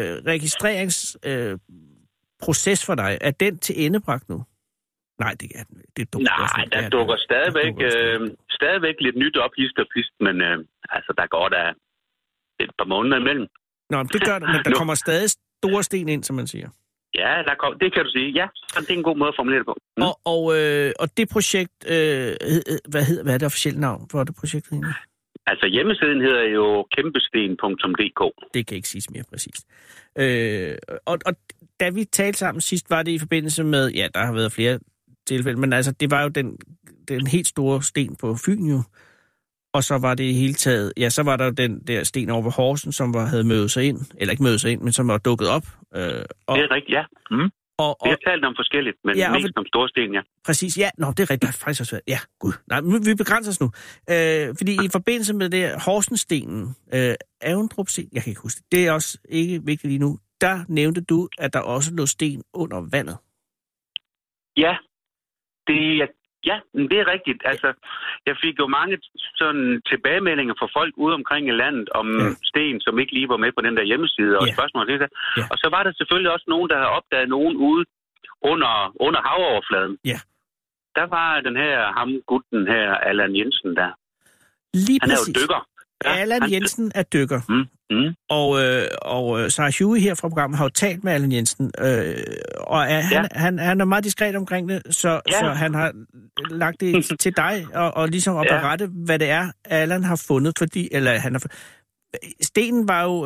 registreringsproces for dig. Er den til endebragt nu? Nej, det er den. Nej, der dukker stadigvæk lidt nyt op, hist og pist, men altså, der går der et par måneder imellem. Nå, det gør det, men der kommer stadig store sten ind, som man siger. Ja, det kan du sige. Ja, det er en god måde at formulere det på. Og det projekt, hvad er det officielle navn for det projekt egentlig? Altså hjemmesiden hedder jo kæmpesten.dk. Det kan ikke siges mere præcist. Og da vi talte sammen sidst, var det i forbindelse med, ja, der har været flere tilfælde, men altså, det var jo den helt store sten på Fyn jo. Og så var det i hele taget, ja, så var der jo den der sten over ved Horsen, som havde mødet sig ind, eller ikke mødet sig ind, men som var dukket op. Det er rigtigt, ja. Mm. Vi har talt om forskelligt, men mest om store sten, ja. Præcis, ja. Nå, det er rigtigt. Faktisk også. Ja, gud. Nej, vi begrænser os nu. Fordi i forbindelse med det Horsenstenen, Avendrup-sten, jeg kan ikke huske det, det er også ikke vigtigt lige nu, der nævnte du, at der også lå sten under vandet. Ja, det er rigtigt. Altså, jeg fik jo mange sådan tilbagemeldinger fra folk ude omkring i landet om sten, som ikke lige var med på den der hjemmeside og spørgsmål til det. Ja. Og så var der selvfølgelig også nogen, der havde opdaget nogen ude under havoverfladen. Ja. Der var den her gutten her, Allan Jensen der. Lige han præcis. Er jo dykker. Allan Jensen er dykker. Og Sarah Huey her fra programmet har jo talt med Allan Jensen, og han er meget diskret omkring det, så han har lagt det til dig, og ligesom at berette, hvad det er, Allan har fundet, stenen var jo,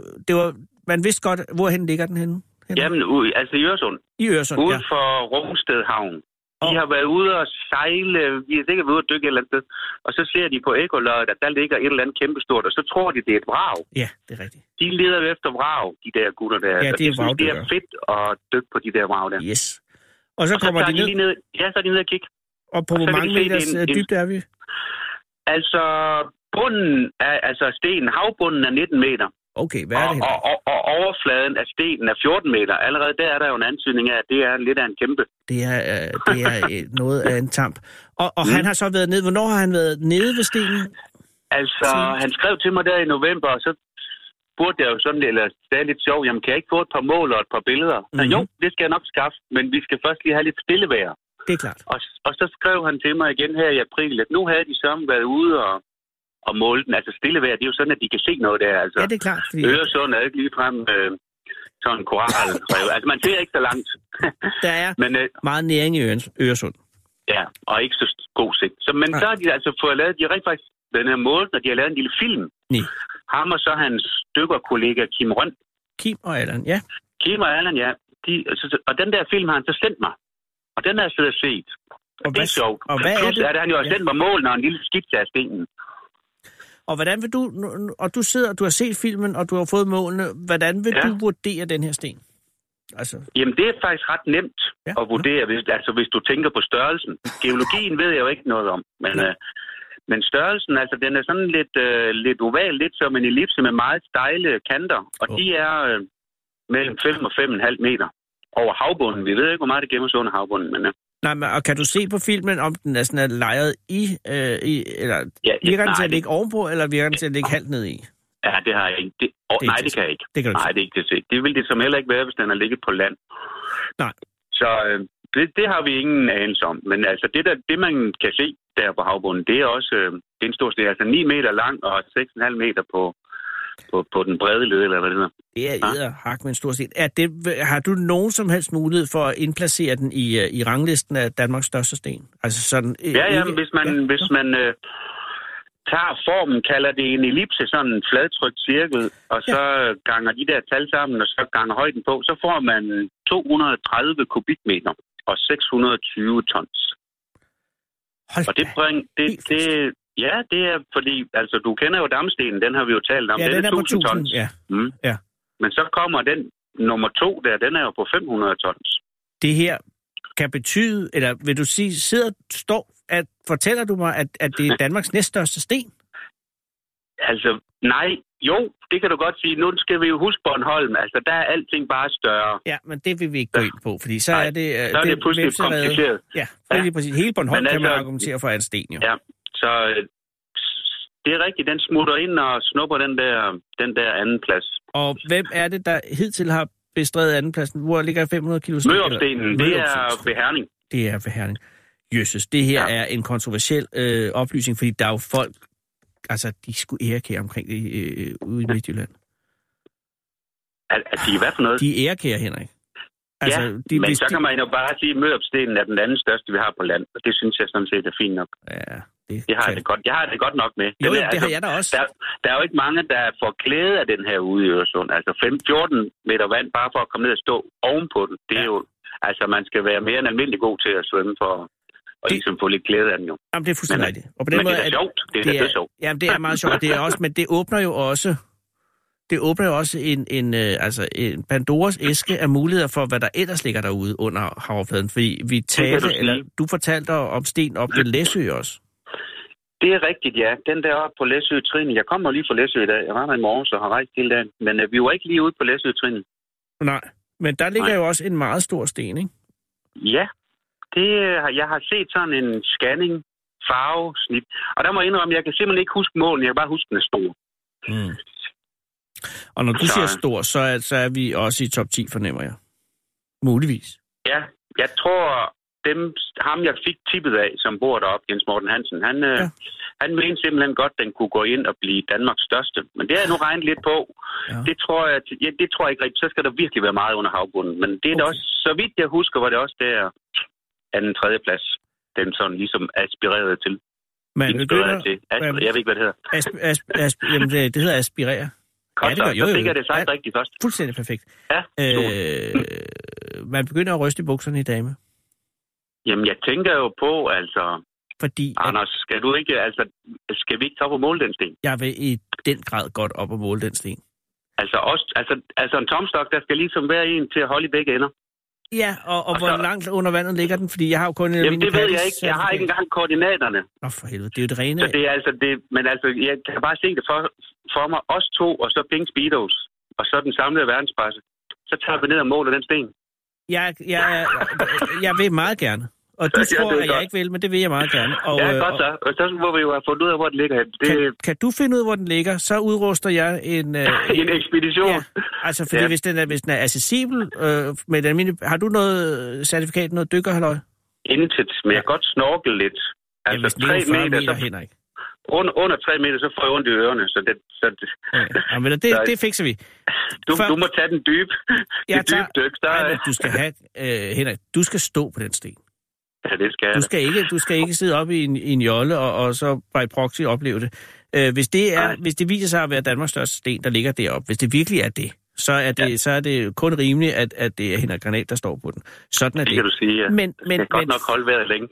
man vidste godt, hvorhen ligger den henne? Jamen, altså i Øresund. I Øresund, Ude for Rungsted Havn. De har været ude og sejle, vi er sikkert ude og dykke et eller andet sted, og så ser de på ekkoløjet, at der ligger et eller andet kæmpestort, og så tror de, det er et vrag. Ja, det er rigtigt. De leder efter vrag, de der gutter der. Ja, det er vrag. Det er fedt at dykke på de der vrag der. Yes. Og så kommer de ned? Ja, så er de ned og kigge. Og på hvor mange meters dybde er vi? Altså, bunden af, stenen, havbunden er 19 meter. Okay, hvad er det her? Og overfladen af stenen er 14 meter. Allerede der er der jo en antydning af, at det er lidt af en kæmpe. Det er noget af en tamp. Og han har så været nede. Hvornår har han været nede ved stenen? Altså, han skrev til mig der i november, og så spurgte jeg jo sådan, eller det er lidt sjovt, jamen kan jeg ikke få et par mål og et par billeder? Mm-hmm. Jo, det skal jeg nok skaffe, men vi skal først lige have lidt stillevejr. Det er klart. Og så skrev han til mig igen her i april, at nu havde de sammen været ude og måle den. Altså stillevejr, det er jo sådan, at de kan se noget der. Altså, ja, det er klart. Fordi... Øresund er ikke ligefrem sådan en koralrev. Altså man ser ikke så langt. Der er meget næring i Øresund. Ja, og ikke så god sigt. Men så har de altså fået lavet, de har rigtig faktisk den her mål, når de har lavet en lille film. Nej. Ham og så hans dykkerkollega Kim Røn. Kim og Allan, ja. Kim og Allan, ja. Og den der film har han så sendt mig. Og den har jeg siddet og set. Og det er sjovt. Og hvad plus er det, han jo har sendt mig målene og en lille skitse af stenen. Og hvordan vil du, og du har set filmen, og du har fået målene, hvordan vil du vurdere den her sten? Altså... Jamen, det er faktisk ret nemt at vurdere, hvis du tænker på størrelsen. Geologien ved jeg jo ikke noget om, men størrelsen, altså den er sådan lidt oval, lidt som en ellipse med meget stejle kanter, og de er mellem 5 og 5,5 meter over havbunden. Vi ved ikke, hvor meget det gemmer sig under havbunden, men... Nej, men og kan du se på filmen, om den er sådan lejret eller virker den til at ligge ovenpå, eller virker den til at ligge halvt ned i? Ja, det har jeg ikke. Nej, det kan jeg ikke. Det kan nej, det er ikke til at se. Det vil det som heller ikke være, hvis den er ligget på land. Nej. Så det har vi ingen anelse om. Men altså, det man kan se der på havbunden, det er også det er en stor sted. Altså 9 meter lang og 6,5 meter på den brede led, eller hvad det hedder. Det er hak med en stor sten. Har du nogen som helst mulighed for at indplacere den i ranglisten af Danmarks største sten? Altså sådan... Hvis man tager formen, kalder det en ellipse, sådan en fladtrykt cirkel, og så ganger de der tal sammen, og så ganger højden på, så får man 230 kubikmeter og 620 tons. Og det det er fordi, altså du kender jo dammstenen, den har vi jo talt om. Ja, den er på 1000 tons. Ja. Ja. Men så kommer den nummer 2 der, den er jo på 500 tons. Det her kan betyde, eller vil du sige, fortæller du mig, at det er Danmarks næststørste sten? Altså, nej. Jo, det kan du godt sige. Nu skal vi jo huske Bornholm. Altså, der er alting bare større. Ja, men det vil vi ikke gå ind på, fordi så er det... så er det pludselig kompliceret. Ja, det er lige præcis. Hele Bornholm kan man argumentere for en sten, jo. Ja, så det er rigtigt. Den smutter ind og snupper den der anden plads. Og hvem er det, der hidtil har bestredet andenpladsen? Hvor ligger 500 kilo sten? Møopstenen, det er ved Herning. Det er ved Herning. Jøsses, det her er en kontroversiel oplysning, fordi der er jo folk, altså de skulle ærekære omkring det ude i Midtjylland. Er de hvad for noget? De ærekære, Henrik. Altså, men så kan man jo bare sige, at Møopstenen er den anden største, vi har på land, og det synes jeg sådan set er fint nok. Ja, det har jeg det godt. Jeg har det godt nok med. Jo, det har jeg da også. Der er jo ikke mange, der får glæde af den her ude i Øresund. Altså 14 meter vand, bare for at komme ned og stå ovenpå den. Det er jo, altså man skal være mere end almindelig god til at svømme for og ligesom få lidt glæde af den jo. Jamen, det er fuldstændig rigtigt. Og på den men måde, det er sjovt. Det er sjovt. Jamen, det er meget sjovt. Det er også, men det åbner jo også... Det åbner jo også en Pandoras æske af muligheder for, hvad der ellers ligger derude under havoverfladen. Fordi vi talte, eller du fortalte om sten op ved Læsø også. Det er rigtigt, ja. Den der oppe på Læsø-Trinen. Jeg kommer lige fra Læsø i dag. Jeg var der i morgen, så har rejst hele dagen. Men vi var ikke lige ude på Læsø-Trinen. Nej, men der ligger jo også en meget stor sten, ikke? Ja, jeg har set sådan en scanning, farvesnit. Og der må jeg indrømme, jeg kan simpelthen ikke huske målen. Jeg kan bare huske, den er stor. Mm. Og når du siger stor, så er vi også i top 10, fornemmer jeg. Muligvis. Ja, jeg tror, ham jeg fik tippet af, som bor deroppe, Jens Morten Hansen, Han mente simpelthen godt, at den kunne gå ind og blive Danmarks største. Men det har jeg nu regnet lidt på. Ja. Det tror jeg ikke rigtigt. Så skal der virkelig være meget under havbunden. Men det er også, så vidt jeg husker, var det også der anden, tredje plads, den sådan ligesom aspirerede til. Man begynder... Jeg ved ikke, hvad det hedder. Jamen, det hedder aspirere. Ja, det gør, jo. Så fik jeg det sagt rigtigt først. Fuldstændig perfekt. Ja, man begynder at ryste i bukserne i dame. Jamen, jeg tænker jo på, altså... Fordi... Anders, skal vi ikke tage op og måle den sten? Jeg vil i den grad godt op og måle den sten. Altså en tomstok, der skal ligesom være en til at holde i begge ender. Ja, og hvor langt under vandet ligger den? Fordi jeg har jo kun en... Jamen, det ved jeg ikke. Jeg har ikke engang koordinaterne. For helvede, det er jo det rene... Så det er altså det... Men altså, jeg kan bare se det for mig. Os to, og så Pink Speedos, og så den samlede verdenspresse. Så tager vi ned og måler den sten. Jeg vil meget gerne. Og du tror, at jeg ikke vil, men det vil jeg meget gerne. Og, ja, godt så. Og så må vi jo have fundet ud af, hvor den ligger. Kan du finde ud af, hvor den ligger, så udruster jeg en... en ekspedition. Ja, altså, fordi hvis den er accessibel med den almindelige... Har du noget certifikat, noget dykkerhalløj? Intet, men jeg kan godt snorkel lidt. Altså, hvis 3 meter, så... Henrik. Under 3 meter, så får jeg ondt i ørerne, så det... Ja, men det fikser vi. Du må tage den dybe. Dyk. Du skal have... Henrik, du skal stå på den sten. Ja, det skal jeg. Du skal ikke sidde op i en jolle og så by proxy opleve det. Hvis det viser sig at være Danmarks største sten, der ligger deroppe, hvis det virkelig er det, så er det kun rimeligt, at det er Henrik Granat, der står på den. Sådan er det. Det kan du sige, ja. Men det kan godt nok holde vejret længe.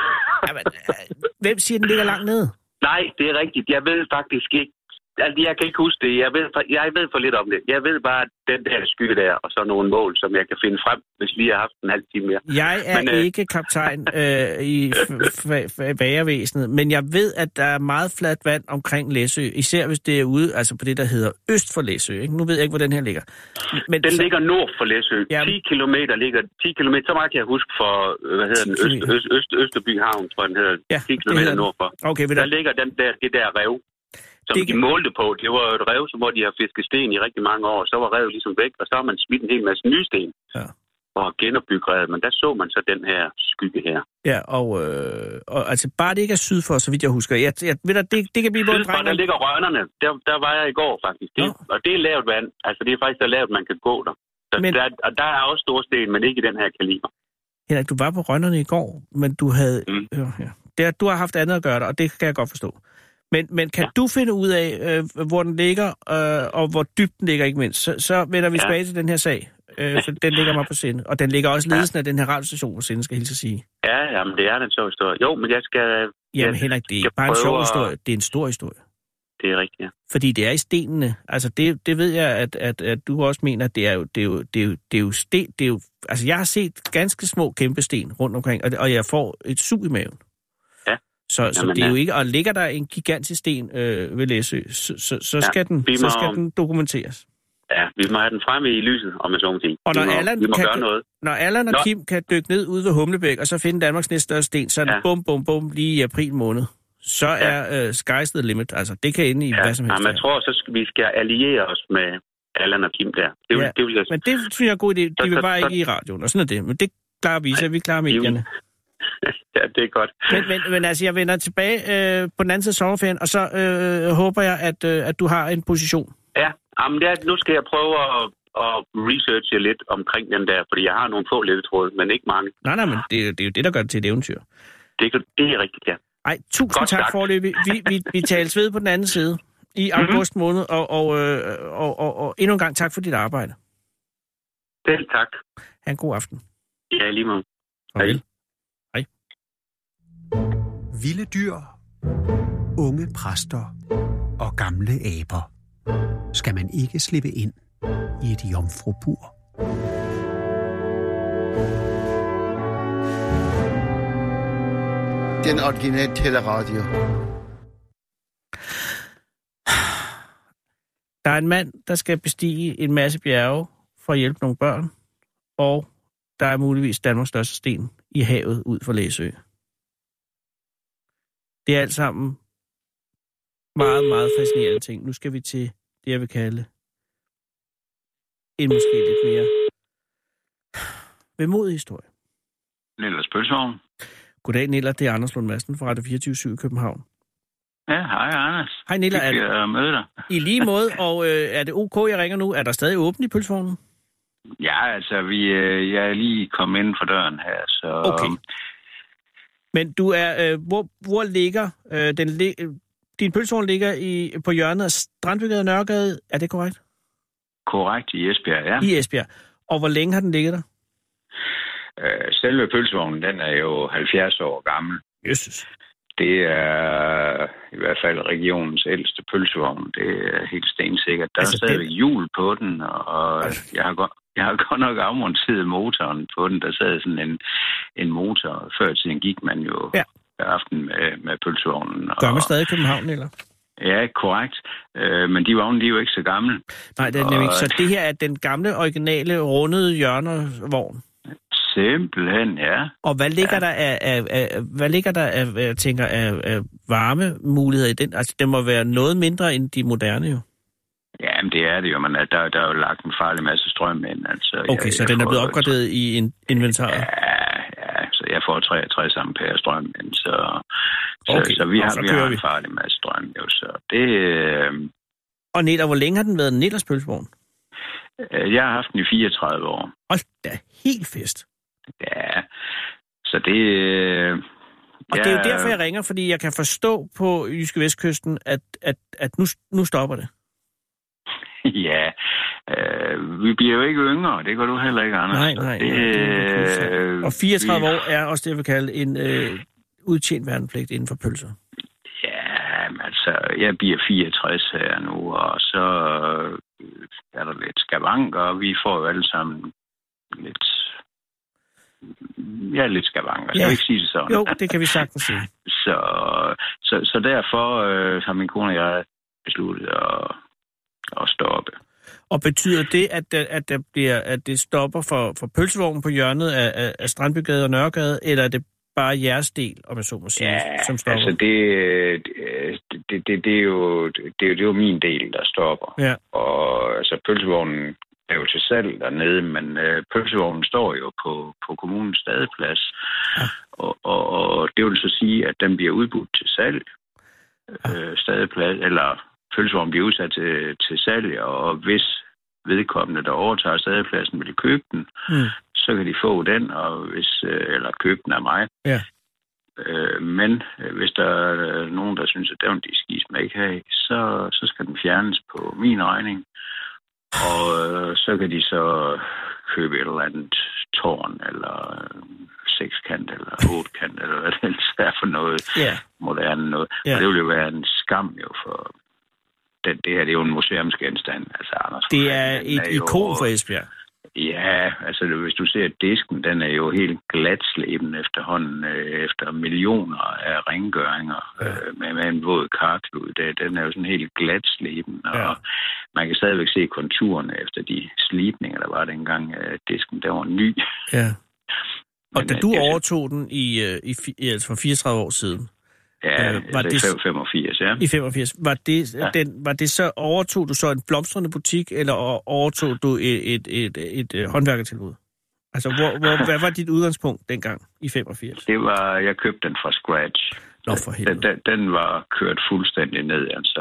Hvem siger, den ligger langt nede? Nej, det er rigtigt. Jeg ved faktisk ikke. Altså, jeg kan ikke huske det. Jeg ved for lidt om det. Jeg ved bare, at den der skygge der, og så nogle mål, som jeg kan finde frem, hvis lige jeg har haft en halv time mere. Jeg er ikke kaptajn i bagervæsenet, men jeg ved, at der er meget fladt vand omkring Læsø, især hvis det er ude, altså på det, der hedder øst for Læsø. Ikke? Nu ved jeg ikke, hvor den her ligger. Men den ligger nord for Læsø. Ja. 10 kilometer ligger. 10 kilometer, så meget kan jeg huske for, hvad hedder den, Østerby Havn, tror jeg, den hedder. Ja, 10 kilometer nordfor. Okay, der ligger det der rev. Som de målte på, det var et rev, hvor de har fisket sten i rigtig mange år. Så var revet ligesom væk, og så har man smidt en hel masse nye sten. Ja. Og genopbygge revet. Men der så man så den her skygge her. Ja, og altså bare det ikke er syd for, så vidt jeg husker. Det kan blive både syd for, der ligger Rønnerne. Der var jeg i går, faktisk. Og det er lavt vand. Altså, det er faktisk der lavt, man kan gå der. Og der er også store sten, men ikke i den her kaliber. Henrik, du var på Rønnerne i går, men du havde... Du har haft andet at gøre der, og det kan jeg godt forstå. Men kan du finde ud af, hvor den ligger, og hvor dybt den ligger, ikke mindst? Så vender vi tilbage til den her sag, for den ligger mig på sinde. Og den ligger også ledelsen af den her radiostation på sinde, skal jeg hilse at sige. Ja, men det er en sjov historie. Jo, men jeg skal... Jamen Henrik, det er bare en sjov historie. Det er en stor historie. Det er rigtigt, ja. Fordi det er i stenene. Altså, det ved jeg, at du også mener, at det er jo sten. Det er jo, altså, jeg har set ganske små kæmpe sten rundt omkring, og jeg får et sug i maven. Så det er jo ikke, og ligger der en gigantisk sten ved Læsø, så skal den dokumenteres. Ja, vi må have den fremme i lyset, om jeg så må sige. Og når Allan og Kim kan dykke ned ude ved Humlebæk, og så finde Danmarks næststørste sten, så er det bum, lige i april måned. Så er sky's the limit. Altså, det kan ende i hvad som helst. Ja, men jeg tror, så vi skal alliere os med Allan og Kim der. Det vil jeg... Men det synes jeg er en god idé. De vil bare ikke i radioen, og sådan er det. Men det klarer vi, så vi klarer medierne. Ja, det er godt. Men altså, jeg vender tilbage på den anden side af sommerferien, og så håber jeg, at du har en position. Ja, men nu skal jeg prøve at researche lidt omkring den der, fordi jeg har nogle få ledetråde, men ikke mange. Nej, men det er jo det, der gør det til et eventyr. Det er rigtigt, ja. Ej, tusind tak foreløbig. Vi tales ved på den anden side i august måned, og endnu en gang tak for dit arbejde. Selv tak. Ha' en god aften. Ja, lige måde. Hej. Vilde dyr, unge præster og gamle aber skal man ikke slippe ind i et jomfrubur. Den originale teleradio. Der er en mand, der skal bestige en masse bjerge for at hjælpe nogle børn, og der er muligvis Danmarks største sten i havet ud for Læsø. Det er alt sammen meget, meget fascinerende ting. Nu skal vi til det, jeg vil kalde en måske lidt mere vemodig historie. Nillers Pølsevogn. Goddag, Niller. Det er Anders Lund Madsen fra Radio 24/7 i København. Ja, hej Anders. Hej Nilla. Jeg møde dig. I lige måde, og er det OK, jeg ringer nu? Er der stadig åbent i pølsevognen? Ja, altså, jeg er lige kommet ind for døren her, så... Okay. Men du er... hvor ligger... din pølsevogn ligger på hjørnet af Strandbygade og Nørregade. Er det korrekt? Korrekt, i Esbjerg, ja. I Esbjerg. Og hvor længe har den ligget der? Selve pølsevognen, den er jo 70 år gammel. Jesus. Det er i hvert fald regionens ældste pølsevogn. Det er helt stensikkert. Der er stadig hjul på den, og jeg har godt nok afmonteret motoren på den. Der sad sådan en motor. Før tiden gik man jo aften med pølsevognen. Gør man stadig i København, eller? Ja, korrekt. Men de vogne, de er jo ikke så gamle. Nej, det er nemlig ikke. Så det her er den gamle, originale, rundede hjørnevogn? Simpelthen, ja. Og hvad ligger der af varmemuligheder i den? Altså, det må være noget mindre end de moderne, jo. Jamen, det er det jo, men der er jo lagt en farlig masse strøm ind. Altså, okay, så den er blevet opgraderet i inventaret? Ja, så jeg får 63 ampere strøm ind, så vi har en farlig masse strøm, jo, så det... Og Nilla, hvor længe har den været Nillas pølsevogn? Jeg har haft den i 34 år. Hold da, helt fest. Ja, så det... Og det er jo derfor, jeg ringer, fordi jeg kan forstå på Jyske Vestkysten, at nu stopper det. Ja, vi bliver jo ikke yngre, det gør du heller ikke, Anders. Nej. Det og 34 år er også det, jeg vil kalde en udtjent værnepligt inden for pølser. Ja, altså, jeg bliver 64 her nu, og så er der lidt skavanker, og vi får jo alle sammen lidt skavanker. Ja. Jeg vil ikke sige det sådan. Jo, det kan vi sagtens sige. Så derfor har min kone og jeg besluttet at stoppe. Og betyder det, at det stopper for pølsevognen på hjørnet af Strandbygade og Nørregade, eller er det bare jeres del, om jeg så må sige, som stopper? Altså det er jo min del, der stopper. Ja. Og altså pølsevognen er jo til salg dernede, men pølsevognen står jo på kommunens stadeplads. Ja. Og det vil så sige, at den bliver udbudt til salg. Stadeplads, eller pølsevognen bliver udsat til salg, og hvis vedkommende, der overtager stadepladsen, vil købe den, så kan de få den, og eller købe den af mig. Ja. Men hvis der er nogen, der synes, at den de skisme ikke have, så skal den fjernes på min regning. Og så kan de så købe et eller andet tårn, eller sekskant, eller otkant, eller hvad det ellers er for noget moderne noget. Og det vil jo være en skam jo for... Det her det er jo en museumsgenstand. Altså, Anders, det er et ikon for Esbjerg. Ja, altså hvis du ser disken, den er jo helt glatsleben efterhånden, efter millioner af rengøringer med en våd karklud. Den er jo sådan helt glatsleben, og man kan stadigvæk se konturerne efter de slibninger, der var dengang. Disken, der var ny. Ja. Og da du overtog den altså for 34 år siden, var det 85, ja. I 85. Var det så, overtog du så en blomstrende butik, eller overtog du et håndværkertilbud? Altså, hvad var dit udgangspunkt dengang i 85? Det var, jeg købte den fra scratch. Nå, for helvede. Den var kørt fuldstændig ned. Altså,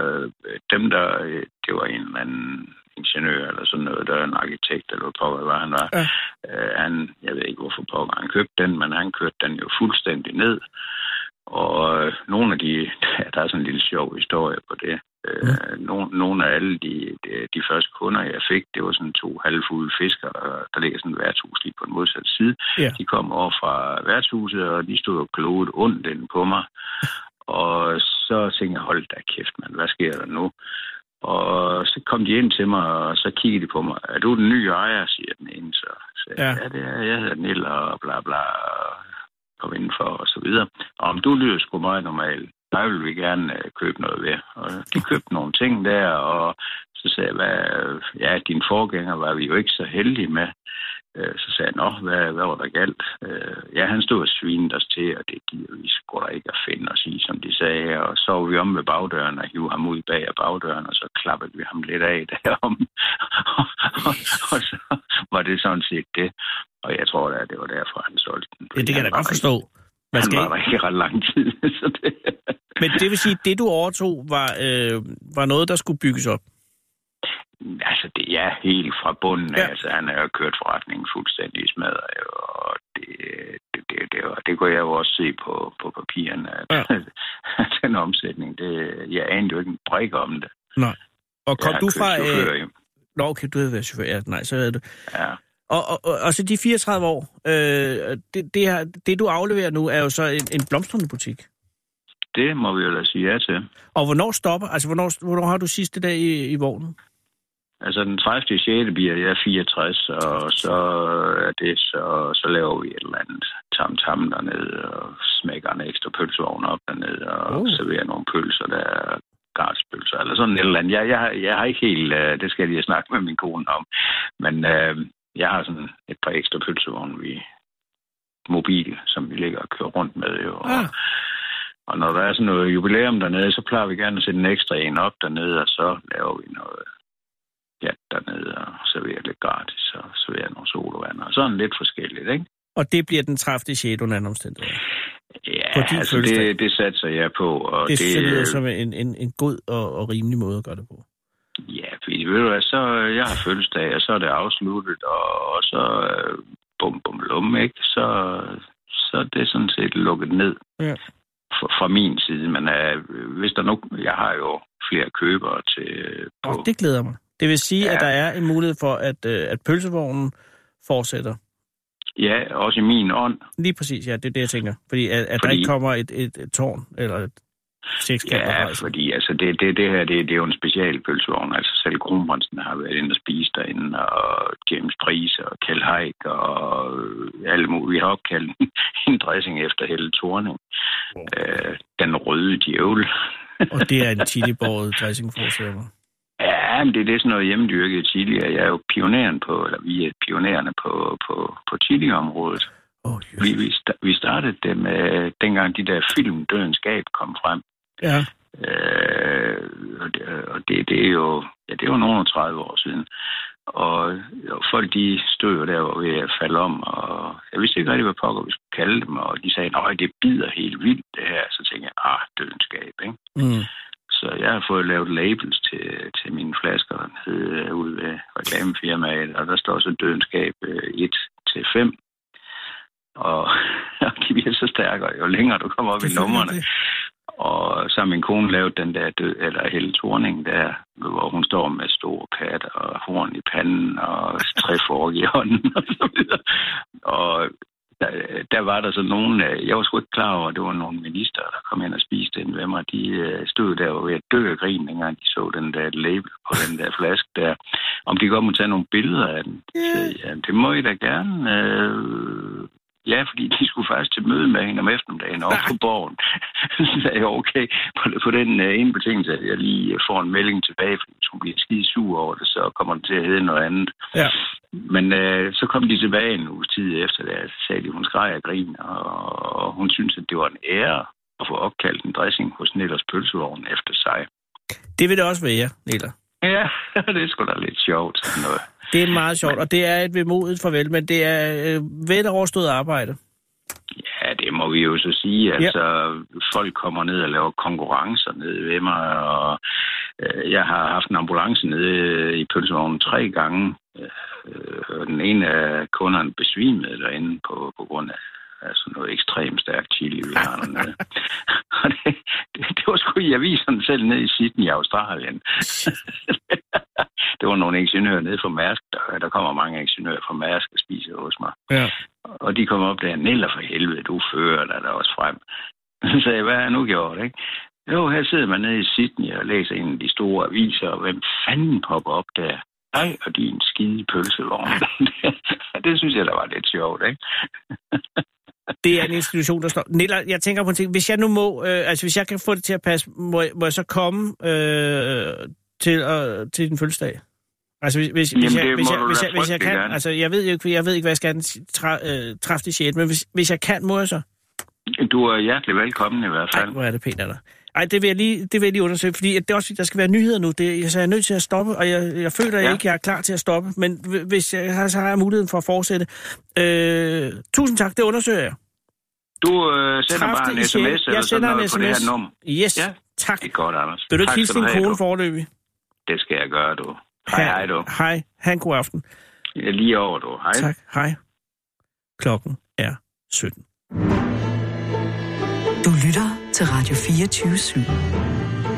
det var en eller anden ingeniør eller sådan noget, der er en arkitekt, eller hvad han var. Ja. Jeg ved ikke, hvorfor pokker han købte den, men han kørte den jo fuldstændig ned. Og nogle af der er sådan en lille sjov historie på det. Nogle af alle de første kunder, jeg fik, det var sådan 2 halvfulde fisker, der ligger sådan et værtshus lige på den modsatte side. Ja. De kom over fra værtshuset, og de stod og kloget ondt inde på mig. Og så tænkte jeg, hold da kæft, mand, hvad sker der nu? Og så kom de ind til mig, og så kiggede de på mig. Er du den nye ejer, siger den ene. Så ja, det er jeg hedder Nilla, og bla bla, kom indenfor, og så videre. Og om du lyder sgu meget normalt, der vil vi gerne købe noget ved. Og de købte nogle ting der, og så sagde jeg, din forgænger var vi jo ikke så heldige med. Så sagde jeg, hvad var der galt? Han stod og svinede os til, og det giver vi sgu da ikke at finde os i, som de sagde. Og så var vi om ved bagdøren og hive ham ud bag af bagdøren, og så klappede vi ham lidt af derom. og så var det sådan set det. Og jeg tror da, det var derfor, han solgte den. Ja, det kan jeg da godt forstå. Han var der ikke ret lang tid. Så det... Men det vil sige, at det du overtog var noget, der skulle bygges op? Altså, det er helt fra bunden. Ja. Altså, han har jo kørt forretningen fuldstændig smadret, og det kunne jeg jo også se på papirerne. Ja. Den omsætning, jeg anede jo ikke en brik om det. Nej. Og kom du fra... Nå, okay, du havde været chauffør. Ja, nej, så havde du... Ja. Og så de 34 år, det du afleverer nu, er jo så en blomstrende butik. Det må vi jo lade sige ja til. Og hvornår stopper? Altså, hvornår har du sidste dag i vognen? Altså, den 30. 6. bliver jeg 64, og så er det, så laver vi et eller andet tam dernede, og smækker en ekstra pølsevogn op dernede, og serverer nogle pølser, der er gartspølser, eller sådan et eller andet. Jeg har ikke helt, det skal jeg lige snakke med min kone om, men jeg har sådan et par ekstra pølsevogne, mobil, som vi ligger og kører rundt med, jo. Og når der er sådan noget jubilæum dernede, så plejer vi gerne at sætte en ekstra en op dernede, og så laver vi noget dernede og serverer lidt gratis, og serverer nogle sodavand, og sådan lidt forskelligt, ikke? Og det bliver den 30. 6. under anden omstændighed? Ja, altså det satser jeg på. Og det lyder som en god og rimelig måde at gøre det på. Ja, fordi ved du hvad, så jeg har fødselsdag, og så er det afsluttet, og så bum, ikke? Så det er sådan set lukket ned fra min side. Men hvis der nu, jeg har jo flere købere til... det glæder mig. Det vil sige, at der er en mulighed for, at pølsevognen fortsætter. Ja, også i min ånd. Lige præcis, ja, det er det, jeg tænker. Fordi der ikke kommer et tårn, eller et sekskant. Ja, fordi altså, det her, det er jo en special pølsevogn. Altså selv Kronprinsen har været inde og spise derinde, og James Price og Kjeld Haik og alle mulige. Vi har opkaldt en dressing efter Helle Thorning. Den røde djævel. Og det er en chili-båret dressing, forestiller mig. Ja, men det er sådan noget hjemmedyrket chili, og jeg er jo vi er pionererne på chili-området. Vi startede det med, dengang de der film Dødens Gab kom frem. Ja. Og det er jo, det er jo nogle 30 år siden. Og folk, de stod jo der og ved at falde om, og jeg vidste ikke rigtig, hvad pokker vi skulle kalde dem, og de sagde, nej, det bider helt vildt, det her. Så tænkte jeg, Dødens Gab, ikke? Mm. Så jeg har fået lavet labels til mine flasker ude ved reklamefirmaet, og der står så Dødens Gab 1-5. Og de bliver så stærkere, jo længere du kommer op i numrene. Og så har min kone lavet den der Helle Thorning der, hvor hun står med store pat og horn i panden og træfork i hånden og så videre. Og der var der så nogen, jeg var sgu ikke klar over, at det var nogle minister, der kom ind og spiste den ved mig. De stod der ved at dø af grin, dengang de så den der label på den der flaske der. Om de godt må tage nogle billeder af den. Så, ja, det må I da gerne. Ja, fordi de skulle faktisk til møde med hende om eftermiddagen op på borgen. Så sagde jeg, okay, på den ene betingelse, at jeg lige får en melding tilbage, fordi hun bliver skide sur over det, så kommer det til at hedde noget andet. Ja. Men så kom de tilbage en uges tid efter det, så sagde de, hun skreg af grin, og hun syntes, at det var en ære at få opkaldt en dressing hos Nellers pølsevogn efter sig. Det vil det også være, Neller. Ja, det er sgu da lidt sjovt. Sådan noget. Det er meget sjovt, og det er et vemodigt farvel, men det er vel overstået arbejde. Ja, det må vi jo så sige. Altså, folk kommer ned og laver konkurrencer nede ved mig, og jeg har haft en ambulance nede i pølsevognen 3 gange. Den ene af kunderne besvimede derinde på grund af altså noget ekstremt stærkt chili, vi har dernede. Og det var sgu i aviserne selv nede i Sydney i Australien. Det var nogle ingeniører nede fra Mærsk. Der kommer mange ingeniører fra Mærsk og spiser hos mig. Ja. Og de kom op der, Neller for helvede, du fører der også frem. Så sagde jeg, hvad har jeg nu gjort, ikke? Jo, her sidder man nede i Sydney og læser en af de store aviser, og hvem fanden popper op der? Nej, og de er en skide pølsevogn. Det synes jeg, der var lidt sjovt, ikke? Det er en institution, der står... Neller, jeg tænker på en ting. Hvis jeg nu må... hvis jeg kan få det til at passe, må jeg så komme til din fødselsdag? Altså, hvis jeg kan... Altså, jeg ved ikke, hvad jeg skal træffe det shit, men hvis jeg kan, må jeg så? Du er hjertelig velkommen i hvert fald. Ej, hvor er det pænt af dig. Ej, det vil jeg lige undersøge, fordi det er også, der skal være nyheder nu. Så er jeg nødt til at stoppe, og jeg føler ikke, at jeg er klar til at stoppe. Men hvis jeg så har jeg muligheden for at fortsætte. Tusind tak, det undersøger jeg. Du sender bare en sms eller sådan noget på det her nummer. Yes, ja? Tak. Det er godt, Anders. Vil du ikke hilse din kone foreløbig? Det skal jeg gøre, du. Hej, du. Hej, ha' en god aften. Ja, lige over, du. Hej. Tak, hej. Klokken er 17. Du lytter til Radio 24/7.